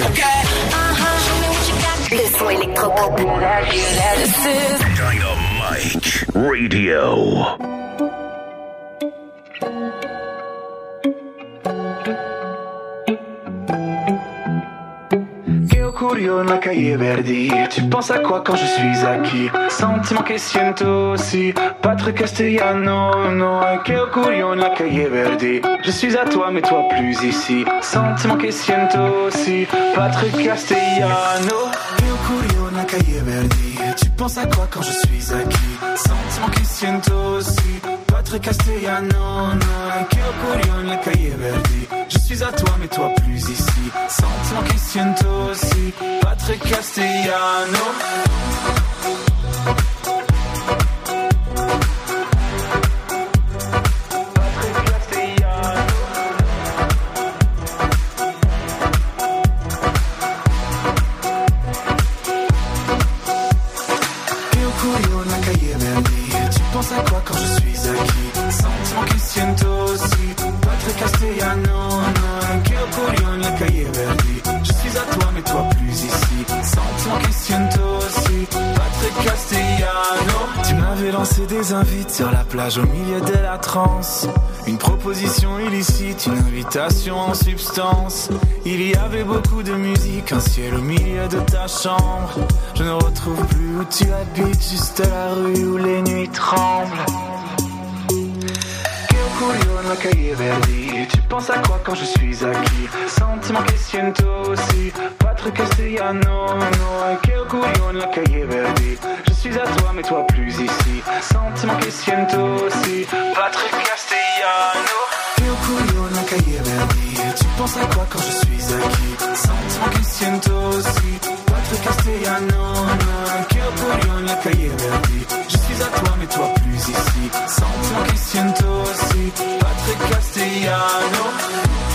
Le son électropop. Dynamite Radio. Curio nella cahier Verdi. Tu penses à quoi quand je suis acquis? Sentiment che siento aussi. Patrick Castellano, no. Che curio nella cahier Verdi. Je suis à toi mais toi plus ici. Sentiment che siento aussi. Patrick Castellano. Che curio nella cahier Verdi. Tu penses à quoi quand je suis acquis? Sentiment che siento aussi. Patrick Castellano, no. Che curio nella cahier Verdi. Je suis à toi mais toi plus ici. Sentiment che siento aussi. Patrick Castellano. Patrick Castellano. Che curio nella cahier Verdi. Tu penses à quoi quand je suis acquis? Sentiment che siento aussi. Patrick Castellano, no. Che curio nella cahier Verdi. Je suis à toi mais toi plus ici. Sentiment che siento aussi. Patrick Castellano. Tu m'avais lancé des invites sur la plage au milieu de la transe. Une proposition illicite, une invitation en substance. Il y avait beaucoup de musique, un ciel au milieu de ta chambre. Je ne retrouve plus où tu habites, juste la rue où les nuits tremblent. Curio nella cahier Verdi. Tu penses à quoi quand je suis acquis? Sentiment che siento aussi. Patrick Castellano, no. Che curio nella cahier Verdi. Je suis à toi mais toi plus ici. Sentiment che siento aussi. Patrick Castellano. Che curio nella cahier Verdi. Tu penses à quoi quand je suis acquis? Sentiment che siento aussi. Patrick Castellano, no. Che curio nella cahier Verdi. Je suis à toi mais toi plus ici. Sentiment che siento aussi. Patrick Castellano.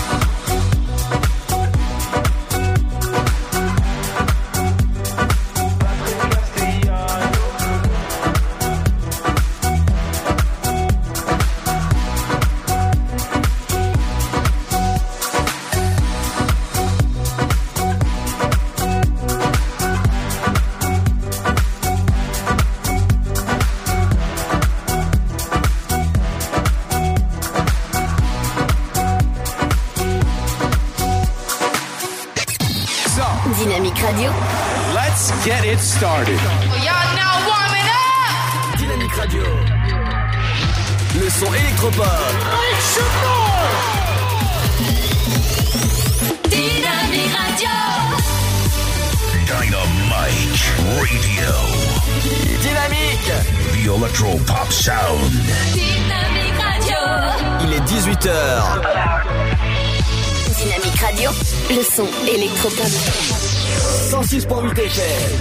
Dynamique Radio. Let's get it started. Oh, y'all now warming up. Dynamique Radio. Le son électropop. Make some noise. Dynamique Radio. Dynamite Radio. Dynamique. The Electro Pop Sound. Dynamique Radio. Il est dix-huit heures. Dynamique Radio. Le son électropop. cent six virgule huit F M.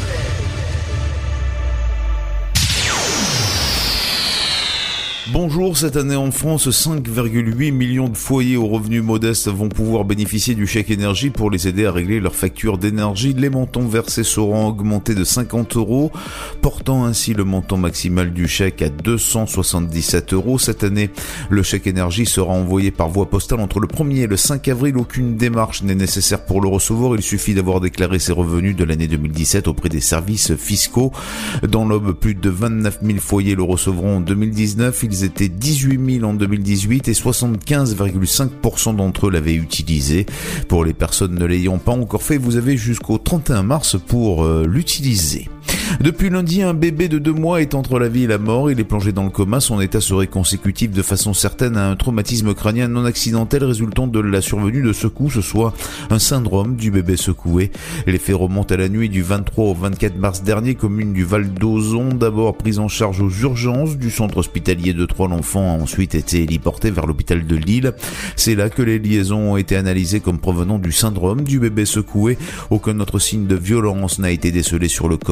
Bonjour, cette année en France, cinq virgule huit millions de foyers aux revenus modestes vont pouvoir bénéficier du chèque énergie pour les aider à régler leurs factures d'énergie. Les montants versés seront augmentés de cinquante euros, portant ainsi le montant maximal du chèque à deux cent soixante-dix-sept euros. Cette année, le chèque énergie sera envoyé par voie postale entre le premier et le cinq avril. Aucune démarche n'est nécessaire pour le recevoir. Il suffit d'avoir déclaré ses revenus de l'année deux mille dix-sept auprès des services fiscaux. Dans l'Aube, plus de vingt-neuf mille foyers le recevront en deux mille dix-neuf. Ils étaient dix-huit mille en deux mille dix-huit et soixante-quinze virgule cinq pour cent d'entre eux l'avaient utilisé. Pour les personnes ne l'ayant pas encore fait, vous avez jusqu'au trente et un mars pour euh, l'utiliser. Depuis lundi, un bébé de deux mois est entre la vie et la mort. Il est plongé dans le coma. Son état serait consécutif de façon certaine à un traumatisme crânien non accidentel résultant de la survenue de secousses, soit un syndrome du bébé secoué. Les faits remontent à la nuit du vingt-trois au vingt-quatre mars dernier, commune du Val d'Ozon. D'abord prise en charge aux urgences du centre hospitalier de Troyes, l'enfant a ensuite été héliporté vers l'hôpital de Lille. C'est là que les liaisons ont été analysées comme provenant du syndrome du bébé secoué. Aucun autre signe de violence n'a été décelé sur le corps du petit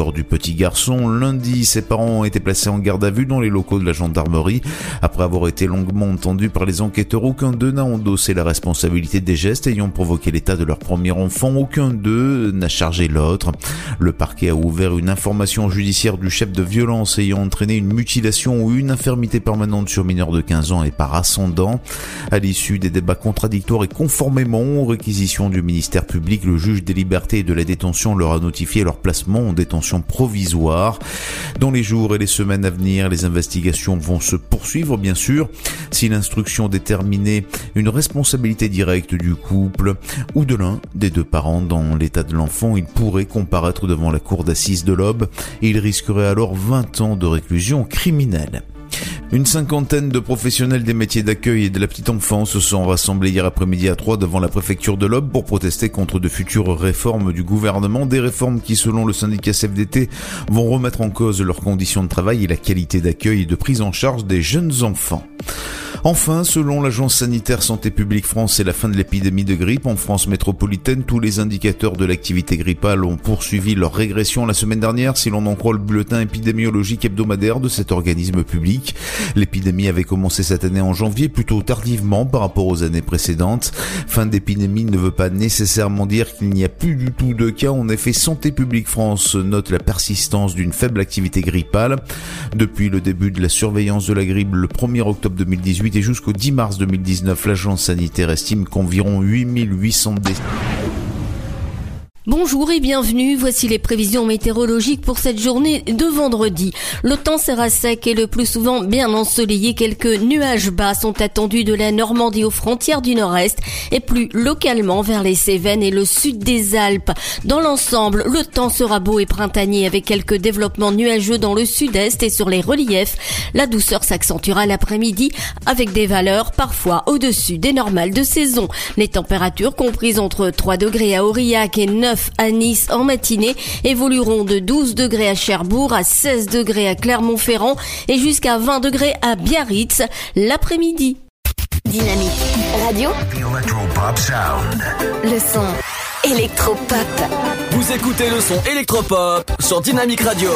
petit garçon. Lundi, ses parents ont été placés en garde à vue dans les locaux de la gendarmerie. Après avoir été longuement entendus par les enquêteurs, aucun d'eux n'a endossé la responsabilité des gestes ayant provoqué l'état de leur premier enfant. Aucun d'eux n'a chargé l'autre. Le parquet a ouvert une information judiciaire du chef de violence ayant entraîné une mutilation ou une infirmité permanente sur mineur de quinze ans et par ascendant. À l'issue des débats contradictoires et conformément aux réquisitions du ministère public, le juge des libertés et de la détention leur a notifié leur placement en détention provisoire. Dans les jours et les semaines à venir, les investigations vont se poursuivre, bien sûr. Si l'instruction déterminait une responsabilité directe du couple ou de l'un des deux parents dans l'état de l'enfant, il pourrait comparaître devant la cour d'assises de l'Aube et il risquerait alors vingt ans de réclusion criminelle. Une cinquantaine de professionnels des métiers d'accueil et de la petite enfance se sont rassemblés hier après-midi à Troyes devant la préfecture de l'Aube pour protester contre de futures réformes du gouvernement. Des réformes qui, selon le syndicat C F D T, vont remettre en cause leurs conditions de travail et la qualité d'accueil et de prise en charge des jeunes enfants. Enfin, selon l'Agence sanitaire Santé publique France, c'est la fin de l'épidémie de grippe en France métropolitaine. Tous les indicateurs de l'activité grippale ont poursuivi leur régression la semaine dernière, si l'on en croit le bulletin épidémiologique hebdomadaire de cet organisme public. L'épidémie avait commencé cette année en janvier, plutôt tardivement par rapport aux années précédentes. Fin d'épidémie ne veut pas nécessairement dire qu'il n'y a plus du tout de cas. En effet, Santé publique France note la persistance d'une faible activité grippale. Depuis le début de la surveillance de la grippe le premier octobre deux mille dix-huit et jusqu'au dix mars deux mille dix-neuf, l'agence sanitaire estime qu'environ huit mille huit cents décès. Bonjour et bienvenue, voici les prévisions météorologiques pour cette journée de vendredi. Le temps sera sec et le plus souvent bien ensoleillé. Quelques nuages bas sont attendus de la Normandie aux frontières du nord-est et plus localement vers les Cévennes et le sud des Alpes. Dans l'ensemble, le temps sera beau et printanier avec quelques développements nuageux dans le sud-est et sur les reliefs. La douceur s'accentuera l'après-midi avec des valeurs parfois au-dessus des normales de saison. Les températures comprises entre trois degrés à Aurillac et neuf à Nice en matinée évolueront de douze degrés à Cherbourg à seize degrés à Clermont-Ferrand et jusqu'à vingt degrés à Biarritz l'après-midi. Dynamique Radio. Le son électropop. Vous écoutez le son électropop sur Dynamique Radio.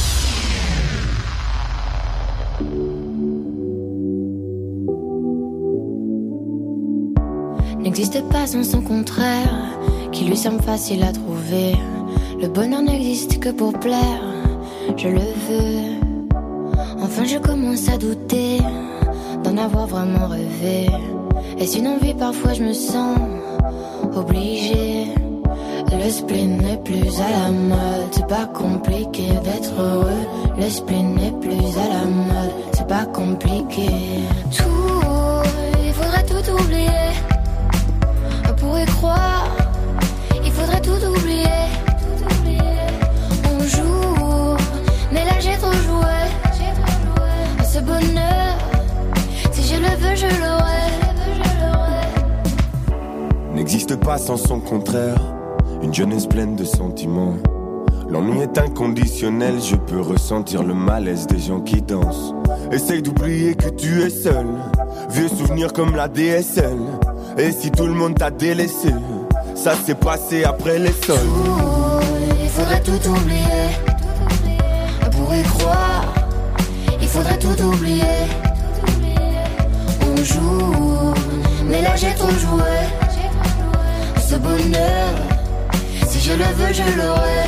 N'existe pas sans son contraire, qui lui semble facile à trouver. Le bonheur n'existe que pour plaire, je le veux. Enfin je commence à douter d'en avoir vraiment rêvé. Est-ce une envie? Parfois je me sens obligée. Le spleen n'est plus à la mode, c'est pas compliqué d'être heureux. Le spleen n'est plus à la mode, c'est pas compliqué. Tout, il faudrait tout oublier. On pourrait croire, il faudrait tout oublier. On joue, mais là j'ai trop joué. Ce bonheur, si je le veux, je l'aurai. N'existe pas sans son contraire, une jeunesse pleine de sentiments. L'ennui est inconditionnel, je peux ressentir le malaise des gens qui dansent. Essaye d'oublier que tu es seul, vieux souvenirs comme la D S L. Et si tout le monde t'a délaissé, ça s'est passé après les sols. Il faudrait tout oublier. Pour y croire, il faudrait tout oublier. On joue, mais là j'ai trop joué. Ce bonheur, si je le veux, je l'aurai.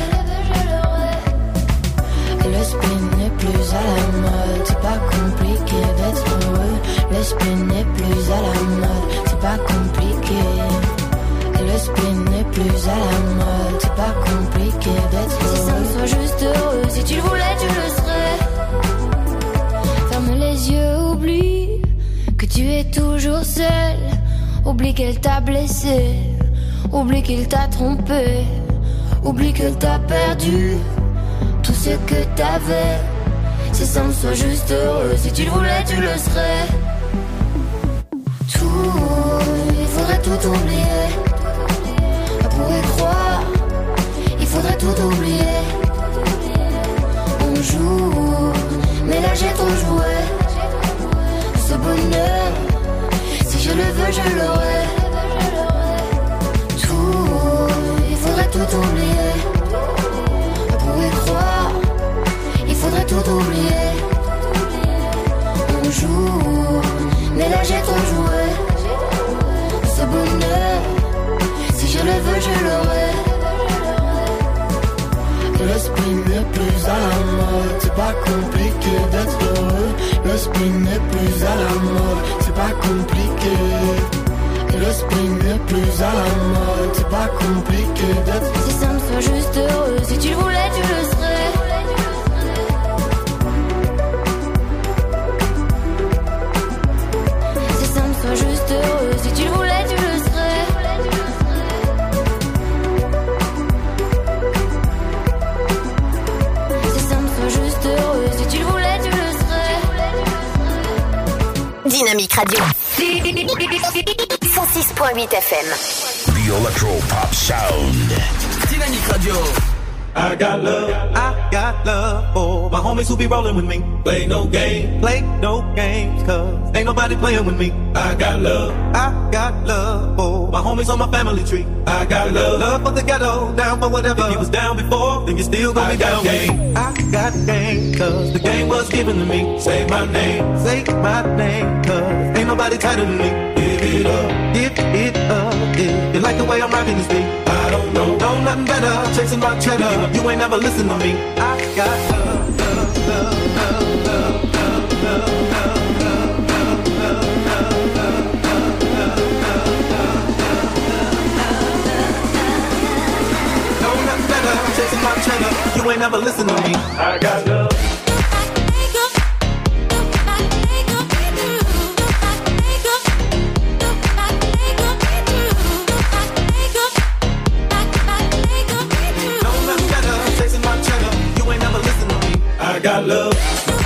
Le spleen n'est plus à la mode, c'est pas compliqué d'être heureux. Le spleen n'est plus à la mode, c'est pas compliqué. Le spleen n'est plus à la mode, c'est pas compliqué d'être heureux. Si ça me soit juste heureux, si tu le voulais, tu le serais. Ferme les yeux, oublie que tu es toujours seul. Oublie qu'elle t'a blessé, oublie qu'il t'a trompé, oublie que t'as perdu tout ce que t'avais. Si ça me soit juste heureux, si tu le voulais, tu le serais. Tout, il faudrait tout oublier. Pour y croire, il faudrait tout oublier. On joue, mais là j'ai trop joué. Ce bonheur, si je le veux, je l'aurai. Tout, il faudrait tout oublier. Pour y croire, n'est plus à la mode, c'est pas compliqué d'être heureux. Le spring n'est plus à la mode, c'est pas compliqué. Le spring n'est plus à la mode, c'est pas compliqué d'être. Si ça me soit juste heureux, si tu le voulais, tu le serais. Si ça me soit juste heureux, si tu le voulais, tu le serais. Si ça me soit juste heureux, si tu le voulais, tu le serais. Dynamique Radio. cent six point huit F M. The Electro Pop Sound. Dynamique Radio. I got love, I got love for my homies who be rolling with me. Play no game, play no games, cause ain't nobody playing with me. I got love, I got love for my homies on my family tree. I got love, love for the ghetto, down for whatever. If you was down before, then you still gonna be down with me. I got game, cause the game was given to me. Say my name, say my name, cause ain't nobody tighter than me. Give it up, give it up, if you like the way I'm rocking this beat. I don't know, know nothing better, chasing my cheddar. You ain't never listen to me. I got love, love, love, love, love, love, love, love, love, love, love. Know nothing better, chasing my cheddar. You ain't never listen to me. I got love. I got love.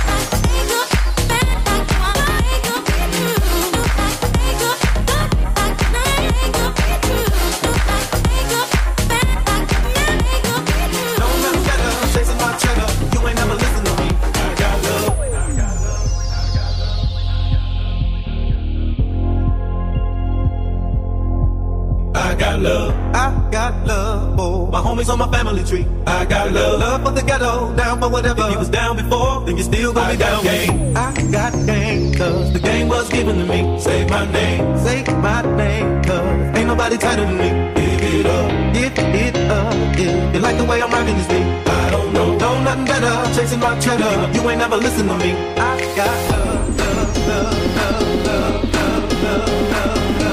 Love. I got love for my homies on my family tree. I got love, love for the ghetto, down for whatever. If you was down before, then you still gonna be down. Game. I got game, cause the game was given to me. Say my name, say my name, cause ain't nobody tighter than me. Give it up, give it up, if you like the way I'm rocking this beat. I don't know, know nothing better, chasing my cheddar. You ain't never listen to me. I got love, love, love, love, love, love, love, love.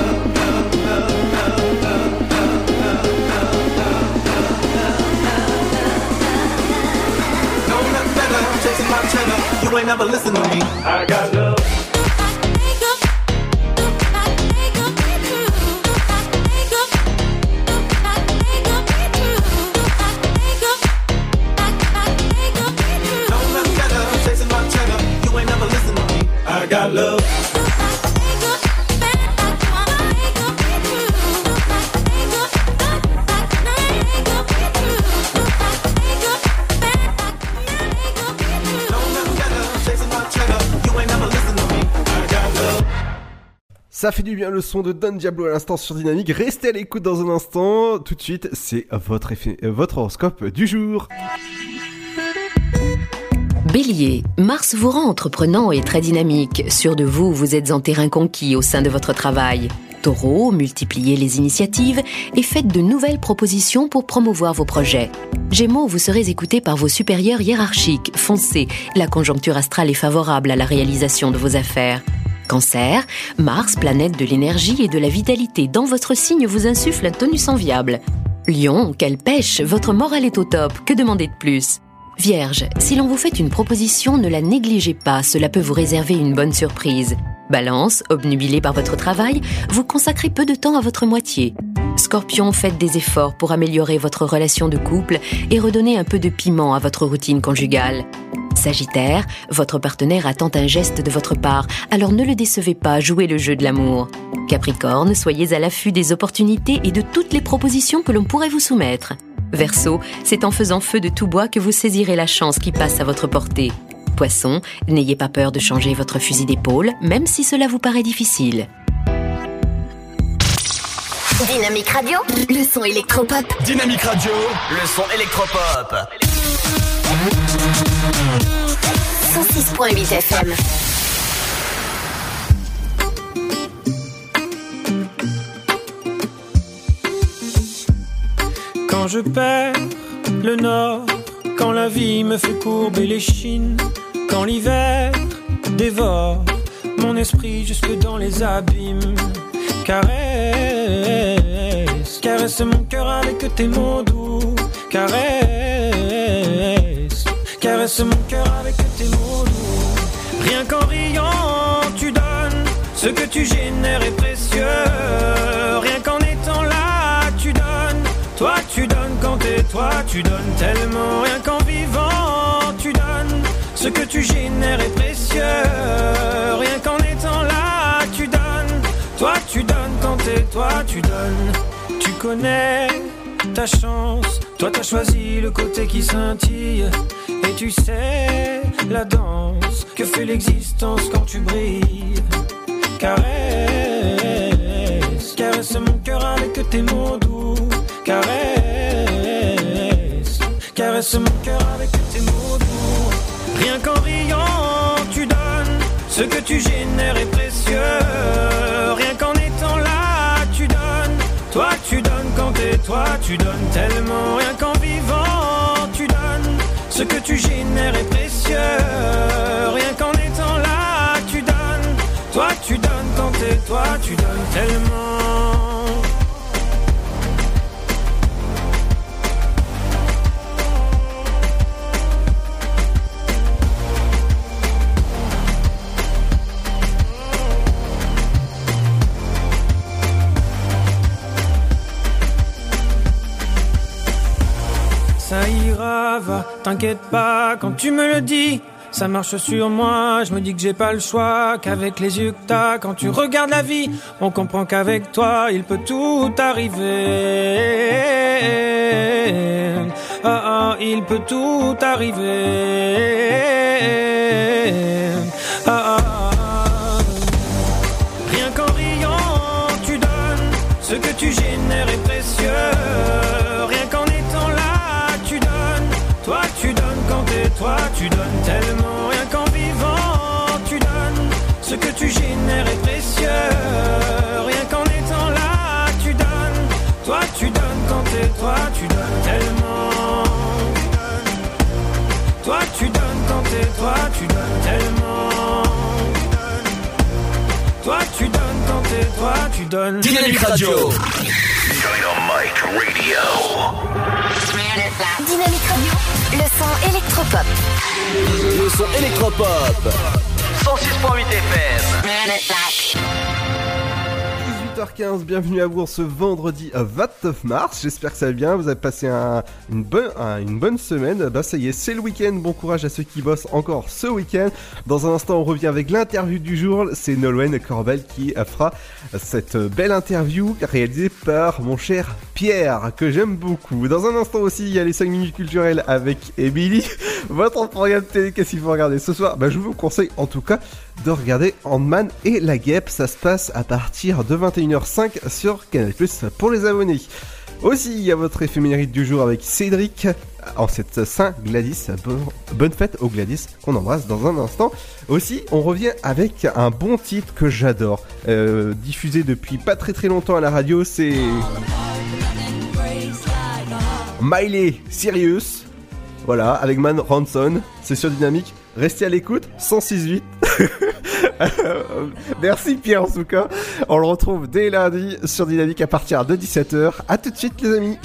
Chasing my cheddar, you ain't never listen to me. I got love. No nothing better, chasing my cheddar, you ain't never listen to me. I got love. Ça fait du bien le son de Don Diablo à l'instant sur Dynamique. Restez à l'écoute dans un instant. Tout de suite, c'est votre, effet, votre horoscope du jour. Bélier, Mars vous rend entreprenant et très dynamique. Sûr de vous, vous êtes en terrain conquis au sein de votre travail. Taureau, multipliez les initiatives et faites de nouvelles propositions pour promouvoir vos projets. Gémeaux, vous serez écouté par vos supérieurs hiérarchiques. Foncez, la conjoncture astrale est favorable à la réalisation de vos affaires. Cancer, Mars, planète de l'énergie et de la vitalité dans votre signe, vous insuffle un tonus enviable. Lion, quelle pêche, votre morale est au top, que demander de plus ? Vierge, si l'on vous fait une proposition, ne la négligez pas, cela peut vous réserver une bonne surprise. Balance, obnubilé par votre travail, vous consacrez peu de temps à votre moitié. Scorpion, faites des efforts pour améliorer votre relation de couple et redonner un peu de piment à votre routine conjugale. Sagittaire, votre partenaire attend un geste de votre part, alors ne le décevez pas, jouez le jeu de l'amour. Capricorne, soyez à l'affût des opportunités et de toutes les propositions que l'on pourrait vous soumettre. Verseau, c'est en faisant feu de tout bois que vous saisirez la chance qui passe à votre portée. Poisson, n'ayez pas peur de changer votre fusil d'épaule, même si cela vous paraît difficile. Dynamique Radio, le son électropop. Dynamique Radio, le son électropop. cent six point huit F M. Quand je perds le nord Quand la vie me fait courber les chines, quand l'hiver dévore mon esprit jusque dans les abîmes. Caresse, caresse mon cœur avec tes mots doux. Caresse, caresse mon cœur avec tes mots doux. Rien qu'en riant tu donnes, ce que tu génères est précieux. Rien qu'en étant là tu donnes, toi tu donnes quand t'es toi tu donnes tellement. Rien qu'en vivant tu donnes, ce que tu génères est précieux. Rien qu'en étant là tu donnes, toi tu donnes quand t'es toi tu donnes. Tu connais ta chance, toi t'as choisi le côté qui scintille. Et tu sais la danse que fait l'existence quand tu brilles. Caresse, caresse mon cœur avec tes mots doux. Caresse, caresse mon cœur avec tes mots doux. Rien qu'en riant tu donnes, ce que tu génères est précieux. Rien qu'en étant là tu donnes, toi tu donnes quand t'es toi tu donnes tellement. Rien qu'en vivant tu donnes, ce que tu génères est précieux. Rien qu'en étant là tu donnes, toi tu donnes quand t'es toi tu donnes tellement. Ça ira, va, t'inquiète pas quand tu me le dis. Ça marche sur moi, je me dis que j'ai pas le choix. Qu'avec les yeux que t'as, quand tu regardes la vie, on comprend qu'avec toi, il peut tout arriver. Ah ah, il peut tout arriver. Ah ah, rien qu'en riant, tu donnes, ce que tu génères est précieux. Rien qu'en étant là, tu donnes, toi tu donnes quand t'es toi, tu donnes tellement. Rien qu'en vivant, tu donnes, ce que tu génères est précieux. Rien qu'en étant là, tu donnes, toi tu donnes quand t'es toi, tu donnes tellement. Toi tu donnes quand t'es toi, tu donnes tellement. Toi tu donnes quand t'es toi, tu donnes. Dynamique Radio. Dynamique Radio. Dynamique Radio, le son électropop. Le son électropop. cent six virgule huit F M. dix-huit heures quinze, bienvenue à vous en ce vendredi vingt-neuf mars. J'espère que ça va bien, vous avez passé un, une, bonne, un, une bonne semaine. Bah ça y est, c'est le week-end, bon courage à ceux qui bossent encore ce week-end. Dans un instant, on revient avec l'interview du jour. C'est Nolwenn Corbel qui fera cette belle interview réalisée par mon cher Pierre, que j'aime beaucoup. Dans un instant aussi, il y a les cinq minutes culturelles avec Emily. Votre programme télé, qu'est-ce qu'il faut regarder ce soir? Bah je vous conseille en tout cas de regarder Ant-Man et la Guêpe. Ça se passe à partir de vingt et une heures cinq sur Canal plus, pour les abonnés. Aussi, il y a votre éphéméride du jour avec Cédric en cette Saint-Gladys. Bon, bonne fête aux Gladys qu'on embrasse dans un instant. Aussi, on revient avec un bon titre que j'adore, euh, diffusé depuis pas très très longtemps à la radio. C'est Miley Cyrus. Voilà, avec Man Ronson. C'est sur Dynamique. Restez à l'écoute, cent six virgule huit. Merci Pierre en tout cas. On le retrouve dès lundi sur Dynamique à partir de dix-sept heures. A tout de suite les amis.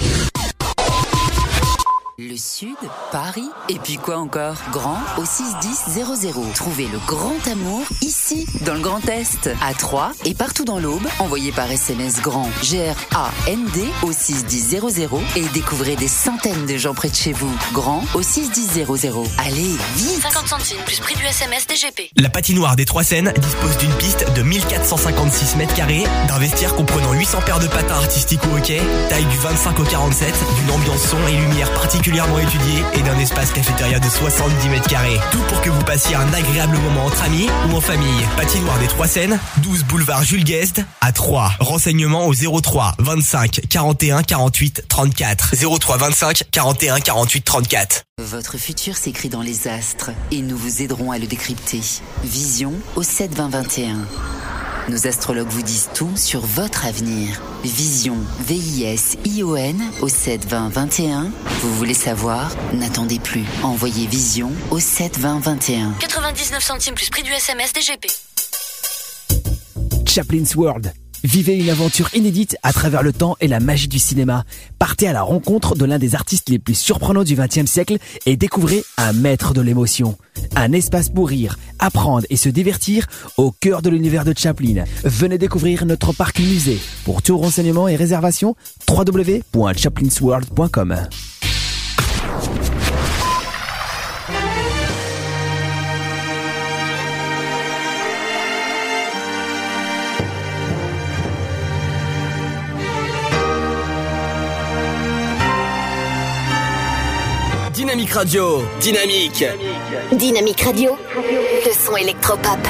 Le Sud, Paris, et puis quoi encore? Grand au six dix zéro zéro. Trouvez le grand amour ici, dans le Grand Est, à Troyes et partout dans l'Aube. Envoyez par S M S grand G R A N D au six dix zéro zéro et découvrez des centaines de gens près de chez vous. Grand au six dix zéro zéro. Allez, vite! cinquante centimes plus prix du S M S D G P. La patinoire des Trois Seines dispose d'une piste de mille quatre cent cinquante-six mètres carrés, d'un vestiaire comprenant huit cents paires de patins artistiques ou hockey, taille du vingt-cinq au quarante-sept, d'une ambiance son et lumière particulièrement étudiée et d'un espace cafétéria de soixante-dix mètres carrés. Tout pour que vous passiez un agréable moment entre amis ou en famille. Patinoire des Trois Seines, douze boulevard Jules Guest à Troyes. Renseignements au zéro trois vingt-cinq quarante et un quarante-huit trente-quatre. zéro trois vingt-cinq quarante et un quarante-huit trente-quatre. Votre futur s'écrit dans les astres et nous vous aiderons à le décrypter. Vision au sept vingt vingt et un. Nos astrologues vous disent tout sur votre avenir. Vision, V I S I O N au sept vingt vingt et un. Vous voulez savoir? N'attendez plus. Envoyez Vision au sept vingt vingt et un. quatre-vingt-dix-neuf centimes plus prix du S M S D G P. Chaplin's World. Vivez une aventure inédite à travers le temps et la magie du cinéma. Partez à la rencontre de l'un des artistes les plus surprenants du vingtième siècle et découvrez un maître de l'émotion. Un espace pour rire, apprendre et se divertir au cœur de l'univers de Chaplin. Venez découvrir notre parc musée. Pour tout renseignement et réservation, w w w point chaplins world point com. Dynamique Radio, dynamique. Dynamique Radio, le son électropop.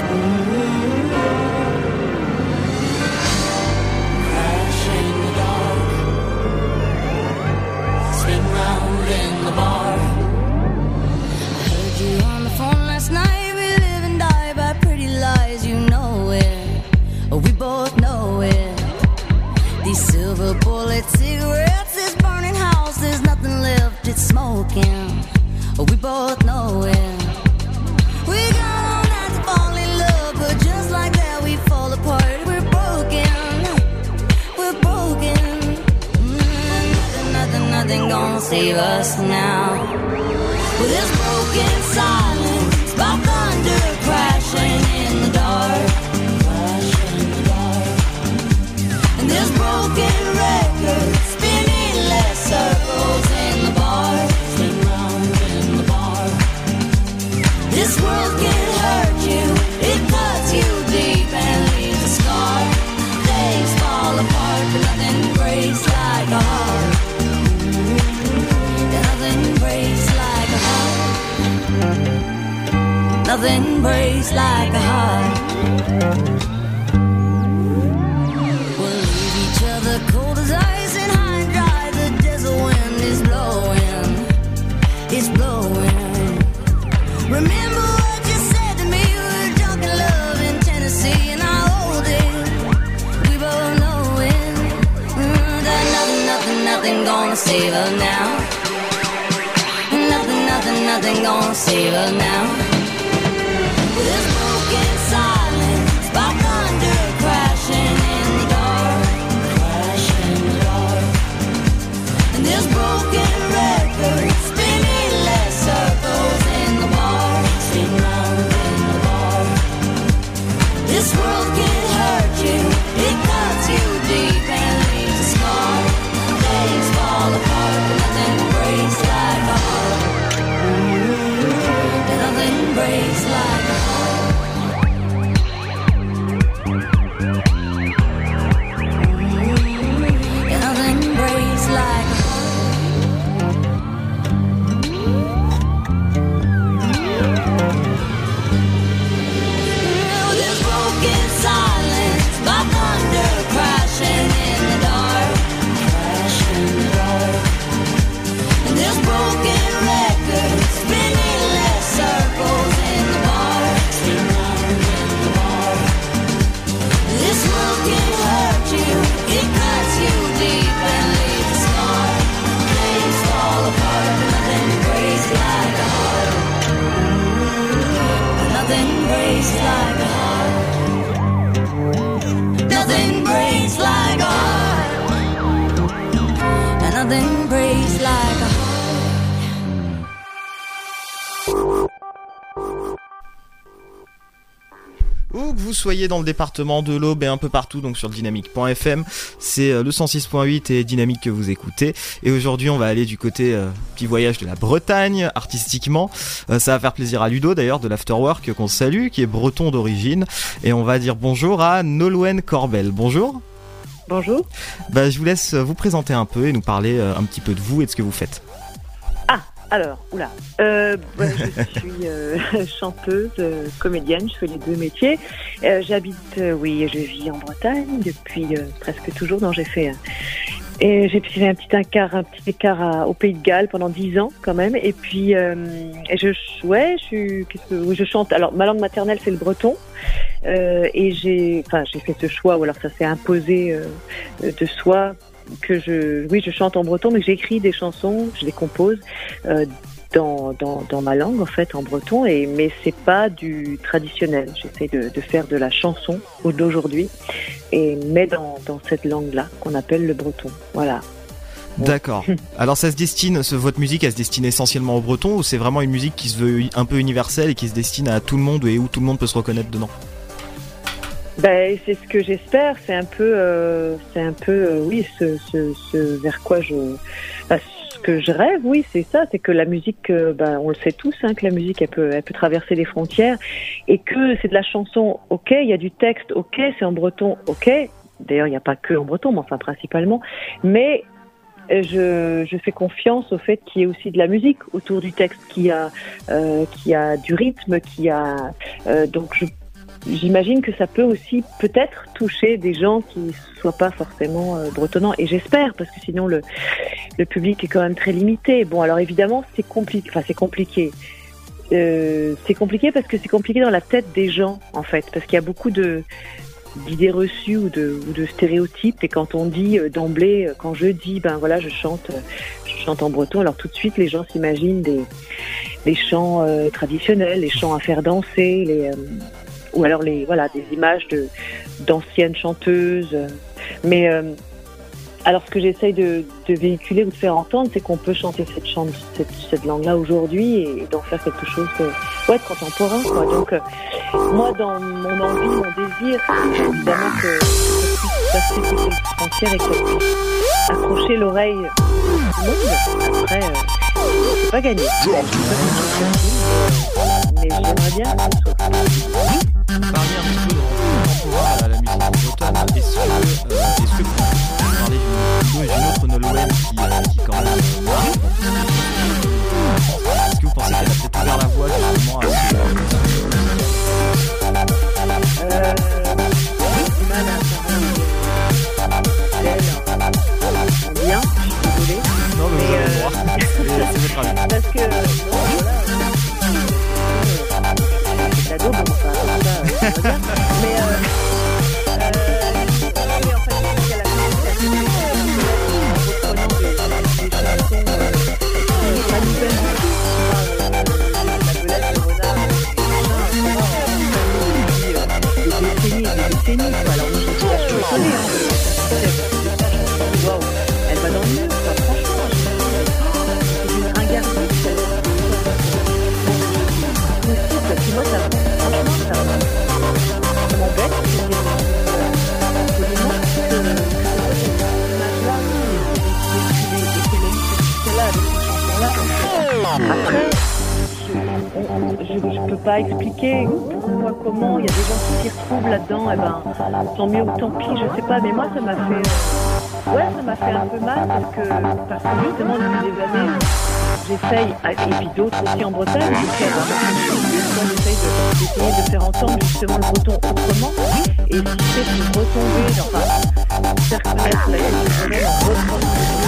Spin round in the bar. I heard you on the phone last night. We live and die by pretty lies. You know it, we both know it. These silver bullet cigarettes, this burning house, there's nothing left, it's smoking. We both know it. We got all night to fall in love, but just like that we fall apart. We're broken, we're broken. Mm, nothing, nothing, nothing gonna save us now. With this broken silence, by thunder crashing in the dark, crashing in the dark. And this broken record spinning less circles in the bar. This world can hurt you, it cuts you deep and leaves a scar. Things fall apart, but nothing breaks like a heart. Yeah, nothing breaks like a heart. Nothing breaks like a heart. We'll leave each other cold as ice and high and dry. The desert wind is blowing, it's blowing. Remember what you said to me, we were drunk in love in Tennessee, and I hold it, we both know it, mm, that nothing, nothing, nothing gonna save her now. Nothing, nothing, nothing gonna save her now. With this broken silence, by thunder crashing in the dark, crashing in the dark. And this broken record spinning less circles in the bar, spin round in the bar. This world can hurt you, it cuts you deep and leaves a scar. Things fall apart, but nothing breaks like a heart. And nothing breaks like a heart. And nothing breaks like a heart. This broken silence, by thunder crashing in the dark, crashing in the dark. And this broken record spinning less circles in the bar, spin round in the bar. This world can hurt you, it cuts you deep and leaves a scar. Things fall apart, but nothing breaks like a heart. Nothing breaks like a heart. Nothing breaks like a heart. And nothing breaks like a heart. Où que vous soyez dans le département de l'Aube et un peu partout, donc sur le dynamique point f m, c'est le cent six point huit et Dynamique que vous écoutez. Et aujourd'hui, on va aller du côté euh, petit voyage de la Bretagne, artistiquement. Euh, ça va faire plaisir à Ludo d'ailleurs, de l'Afterwork, qu'on salue, qui est breton d'origine. Et on va dire bonjour à Nolwenn Corbel. Bonjour. Bonjour. Bah, je vous laisse vous présenter un peu et nous parler euh, un petit peu de vous et de ce que vous faites. Ah, alors, oula. Euh, bah, je suis euh, chanteuse, euh, comédienne, je fais les deux métiers. Euh, j'habite, euh, oui, je vis en Bretagne depuis euh, presque toujours. Donc j'ai fait, euh, et j'ai fait un petit écart, un petit écart à, au Pays de Galles pendant dix ans quand même. Et puis, euh, et je, ouais, je suis, qu'est-ce que, oui, je chante. Alors, ma langue maternelle c'est le breton. euh, et j'ai, enfin, j'ai fait ce choix, ou alors ça s'est imposé euh, de soi que je, oui, je chante en breton, mais que j'écris des chansons, je les compose euh, dans, dans dans ma langue en fait, en breton, et mais c'est pas du traditionnel. J'essaie de, de faire de la chanson d'aujourd'hui, et mais dans dans cette langue-là qu'on appelle le breton. Voilà. D'accord. Alors ça se destine, ce, votre musique, elle se destine essentiellement aux Bretons, ou c'est vraiment une musique qui se veut un peu universelle et qui se destine à tout le monde et où tout le monde peut se reconnaître dedans? Ben, c'est ce que j'espère. C'est un peu, euh, c'est un peu, euh, oui, ce, ce, ce vers quoi je, enfin, ce que je rêve, oui, c'est ça. C'est que la musique, euh, ben, on le sait tous, hein, que la musique, elle peut, elle peut traverser les frontières, et que c'est de la chanson, ok, il y a du texte, ok, c'est en breton, ok. D'ailleurs, il n'y a pas que en breton, mais enfin principalement, mais Je, je fais confiance au fait qu'il y ait aussi de la musique autour du texte, qui a, euh, qui a du rythme, qui a euh, donc je, j'imagine que ça peut aussi peut-être toucher des gens qui soient pas forcément euh, bretonnants, et j'espère, parce que sinon le le public est quand même très limité. Bon, alors évidemment c'est compliqué, enfin c'est compliqué. Euh, c'est compliqué parce que c'est compliqué dans la tête des gens en fait, parce qu'il y a beaucoup de d'idées reçues ou de, ou de stéréotypes, et quand on dit euh, d'emblée, euh, quand je dis ben voilà je chante euh, je chante en breton, alors tout de suite les gens s'imaginent des des chants euh, traditionnels, les chants à faire danser, les euh, ou alors les voilà des images de d'anciennes chanteuses, euh, mais euh, alors ce que j'essaye de, de véhiculer ou de faire entendre, c'est qu'on peut chanter cette chante, cette, cette langue-là aujourd'hui, et d'en faire quelque chose de, ouais, de contemporain, quoi. Donc euh, moi, dans mon envie, mon désir, c'est évidemment que ça puisse passer toutes les frontières et que ça puisse accrocher l'oreille du monde. Après, euh, c'est pas gagné. C'est pas mais j'aimerais bien que ce soit. Parler un petit peu de contemporain à la musique bretonne, est-ce que, euh, est-ce que vous pouvez parler d'une, d'une autre Nolwenn qui, euh, qui quand même euh, marche? Est-ce que vous pensez qu'elle a peut-être ouvert la voie justement à ce... Euh... J'ai du mal à parler d'elle bien, je suis désolée. Non, mais, mais euh... droit. C'est votre avis. Parce que, bon, voilà... C'est cadeau, bon, ça, ça, ça, mais euh, euh, mais en fait, il y a la communication en reprenant des, des chansons euh, pas nouvelles, la belette, le renard, des décennies, des décennies, quoi. Alors moi, je suis vachement étonnée, hein, waouh, elle va dans le mur, quoi, franchement, c'est une ringardique, puis moi, ça, franchement, ça, ça m'embête. C'est des mots que cette image-là, celle-là, avec cette chanson-là. Après, je ne peux pas expliquer pourquoi, comment. Il y a des gens qui s'y retrouvent là-dedans. Et ben, tant mieux ou tant pis, je sais pas. Mais moi, ça m'a fait, ouais, ça m'a fait un peu mal parce que, parce que justement, depuis des années, j'essaye, et puis d'autres aussi en Bretagne, j'essaye de, d'essayer de faire entendre justement le breton autrement, et si c'est pour retomber, enfin, faire connaître la culture en reprenant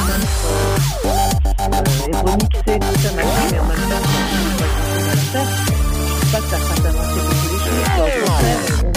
des et remixer tout ça, machin, mais en même temps, on va faire, je sais pas que ça fasse avancer beaucoup les choses, quoi. Au contraire,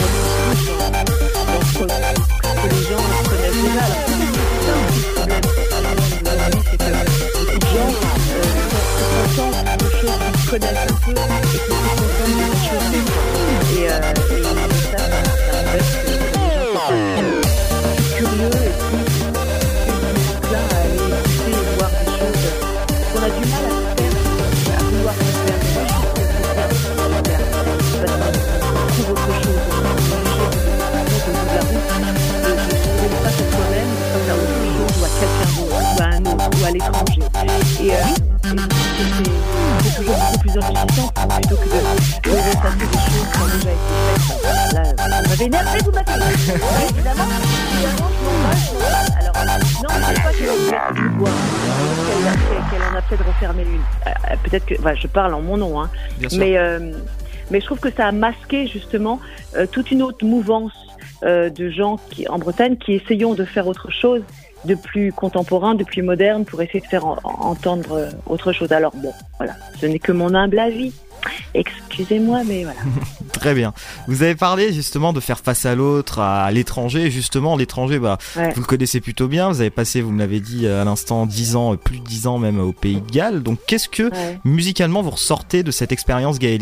on remixe tout dans ce que les gens connaissent déjà. Alors, c'est un petit problème, c'est que beaucoup de gens contents de choses qu'ils connaissent un peu et qui sont contents de les choses. Et, euh, et ça, ça, ça empêche que les gens soient curieux et plus là à aller écouter et voir des choses qu'on a du mal à faire, à vouloir se faire. Mais moi, je trouve que c'est ça, parce qu'on trouve autre chose. Dans les choses de la route, de ne pas être soi-même, de faire autre chose, ou à quelqu'un d'autre, ou à un autre, ou à l'étranger. Et euh, Et c'est, c'est toujours beaucoup plus enrichissant plutôt que de, de ressasser des choses qui ont déjà été faites. Là, vous m'avez énervé, vous m'avez énervé. Ouais, évidemment, évidemment, je m'en bats, je m'en bats. Alors, non, je sais pas qu'elle en fait du bois. Qu'elle, qu'elle en a peut-être refermé l'une. Euh, peut-être que, enfin, je parle en mon nom, hein. Mais, euh, mais je trouve que ça a masqué justement euh, toute une autre mouvance euh, de gens qui, en Bretagne, qui essayons de faire autre chose. de plus contemporain, de plus moderne pour essayer de faire en, entendre euh, autre chose. Alors bon, voilà, ce n'est que mon humble avis. Excusez-moi, mais voilà. Très bien. Vous avez parlé justement de faire face à l'autre, à l'étranger. Justement, l'étranger, bah, ouais. vous le connaissez plutôt bien. Vous avez passé, vous me l'avez dit à l'instant, dix ans, plus de dix ans même au Pays de Galles. Donc, qu'est-ce que ouais. musicalement vous ressortez de cette expérience gaélique ?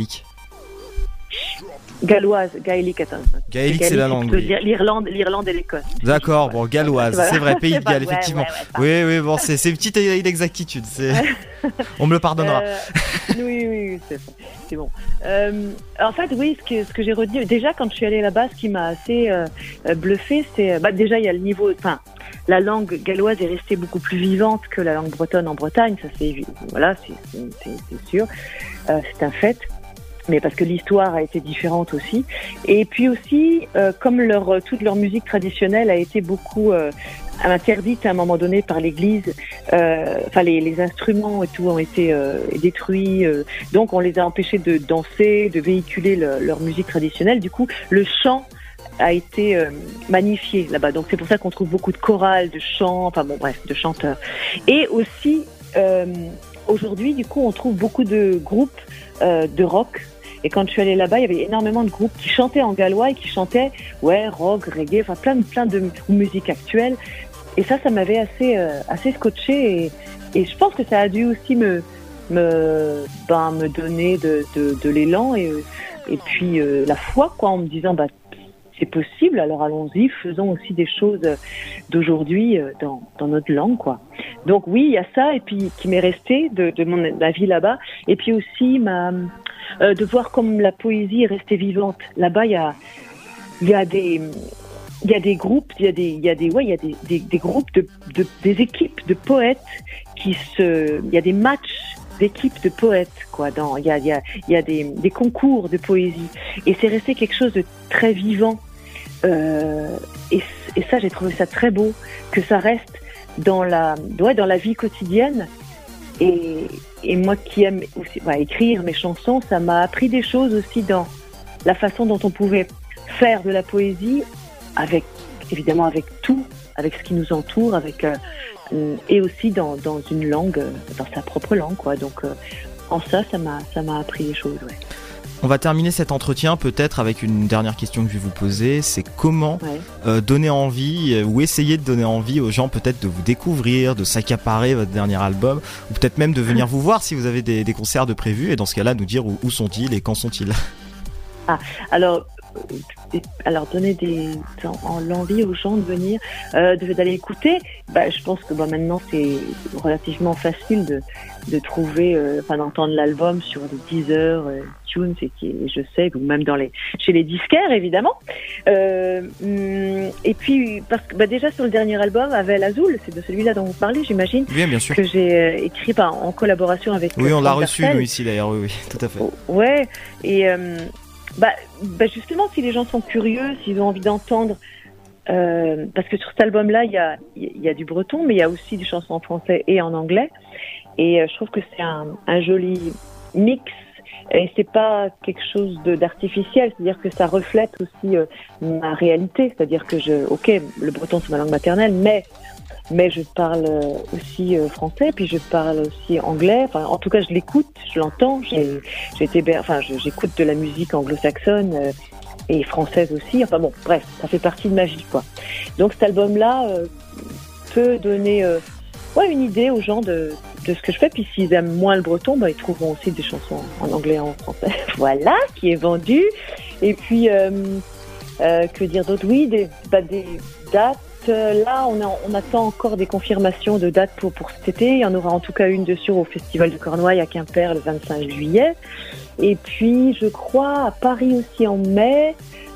Galloise, gaélique, attends. Gaélique, gaélique c'est la langue. Oui. L'Irlande, l'Irlande et l'Écosse. D'accord, bon, galloise, c'est vrai, Pays de Galles, effectivement. Ouais, ouais, ouais, oui, oui, bon, c'est, c'est une petite inexactitude, c'est... on me le pardonnera. Euh, oui, oui, c'est, c'est bon. Euh, en fait, oui, ce que, ce que j'ai redit, déjà quand je suis allée là-bas, ce qui m'a assez euh, bluffé, c'est, bah, déjà il y a le niveau, enfin, la langue galloise est restée beaucoup plus vivante que la langue bretonne en Bretagne, ça c'est, voilà, c'est, c'est, c'est, c'est sûr, euh, c'est un fait. Mais parce que l'histoire a été différente aussi. Et puis aussi, euh, comme leur, toute leur musique traditionnelle a été beaucoup euh, interdite à un moment donné par l'Église, euh, enfin les, les instruments et tout ont été euh, détruits, euh, donc on les a empêchés de danser, de véhiculer le, leur musique traditionnelle. Du coup, le chant a été euh, magnifié là-bas. Donc c'est pour ça qu'on trouve beaucoup de chorales, de chants, enfin bon bref, de chanteurs. Et aussi, euh, aujourd'hui, du coup, on trouve beaucoup de groupes euh, de rock. Et quand je suis allée là-bas, il y avait énormément de groupes qui chantaient en gallois et qui chantaient, ouais, rock, reggae, enfin plein de, plein de musique actuelle. Et ça, ça m'avait assez, euh, assez scotché. Et, et je pense que ça a dû aussi me, me, ben, me donner de, de, de l'élan et, et puis euh, la foi, quoi, en me disant, bah, c'est possible, alors allons-y, faisons aussi des choses d'aujourd'hui dans, dans notre langue, quoi. Donc oui, il y a ça, et puis qui m'est resté de, de mon de la vie là-bas, et puis aussi ma, euh, de voir comme la poésie est restée vivante. Là-bas, il y a, il y a des, il y a des groupes, il y a des, il y a des, ouais, il y a des, des, des groupes de, de, des équipes de poètes qui se, il y a des matchs d'équipes de poètes, quoi. Dans, il y a, il y a, il y a des, des concours de poésie, et c'est resté quelque chose de très vivant. Euh, et, et ça, j'ai trouvé ça très beau, que ça reste dans la, ouais, dans la vie quotidienne. Et, et moi qui aime aussi, ouais, écrire mes chansons, ça m'a appris des choses aussi dans la façon dont on pouvait faire de la poésie, avec évidemment avec tout, avec ce qui nous entoure, avec euh, et aussi dans, dans une langue, dans sa propre langue, quoi. Donc euh, en ça, ça m'a, ça m'a appris des choses, ouais. On va terminer cet entretien peut-être avec une dernière question que je vais vous poser, c'est comment ouais. euh, donner envie euh, ou essayer de donner envie aux gens peut-être de vous découvrir, de s'accaparer votre dernier album, ou peut-être même de venir vous voir si vous avez des, des concerts de prévus, et dans ce cas-là nous dire où, où sont-ils et quand sont-ils. Ah, alors... Alors donner des, en, l'envie aux gens de venir, euh, de, d'aller écouter. Bah, je pense que bah, maintenant c'est relativement facile de, de trouver, euh, enfin d'entendre l'album sur les Deezer, euh, iTunes, et qui, je sais, ou même dans les, chez les disquaires évidemment. Euh, et puis parce que bah, déjà sur le dernier album, Avel Azul, c'est de celui-là dont vous parlez, j'imagine. Oui, bien sûr. Que j'ai euh, écrit bah, en collaboration avec. Oui, euh, on l'a reçu nous ici d'ailleurs. Oui, oui, tout à fait. Ouais, et euh, Bah, bah justement, si les gens sont curieux, s'ils ont envie d'entendre, euh, parce que sur cet album-là, il y a, il y a du breton, mais il y a aussi des chansons en français et en anglais, et euh, je trouve que c'est un, un joli mix, et c'est pas quelque chose de, d'artificiel, c'est-à-dire que ça reflète aussi euh, ma réalité, c'est-à-dire que je, ok, le breton c'est ma langue maternelle, mais mais je parle aussi français, puis je parle aussi anglais. Enfin, en tout cas, je l'écoute, je l'entends. J'ai, j'ai été, enfin, je, j'écoute de la musique anglo-saxonne euh, et française aussi. Enfin bon, bref, ça fait partie de ma vie, quoi. Donc cet album-là euh, peut donner, euh, ouais, une idée aux gens de, de ce que je fais. Puis s'ils aiment moins le breton, bah, ils trouveront aussi des chansons en anglais et en français. Voilà, qui est vendu. Et puis, euh, euh, que dire d'autre ? Oui, des, bah, des dates. Là, on, a, on attend encore des confirmations de dates pour, pour cet été. Il y en aura en tout cas une de sûre au Festival de Cornouailles à Quimper le vingt-cinq juillet. Et puis, je crois, à Paris aussi en mai,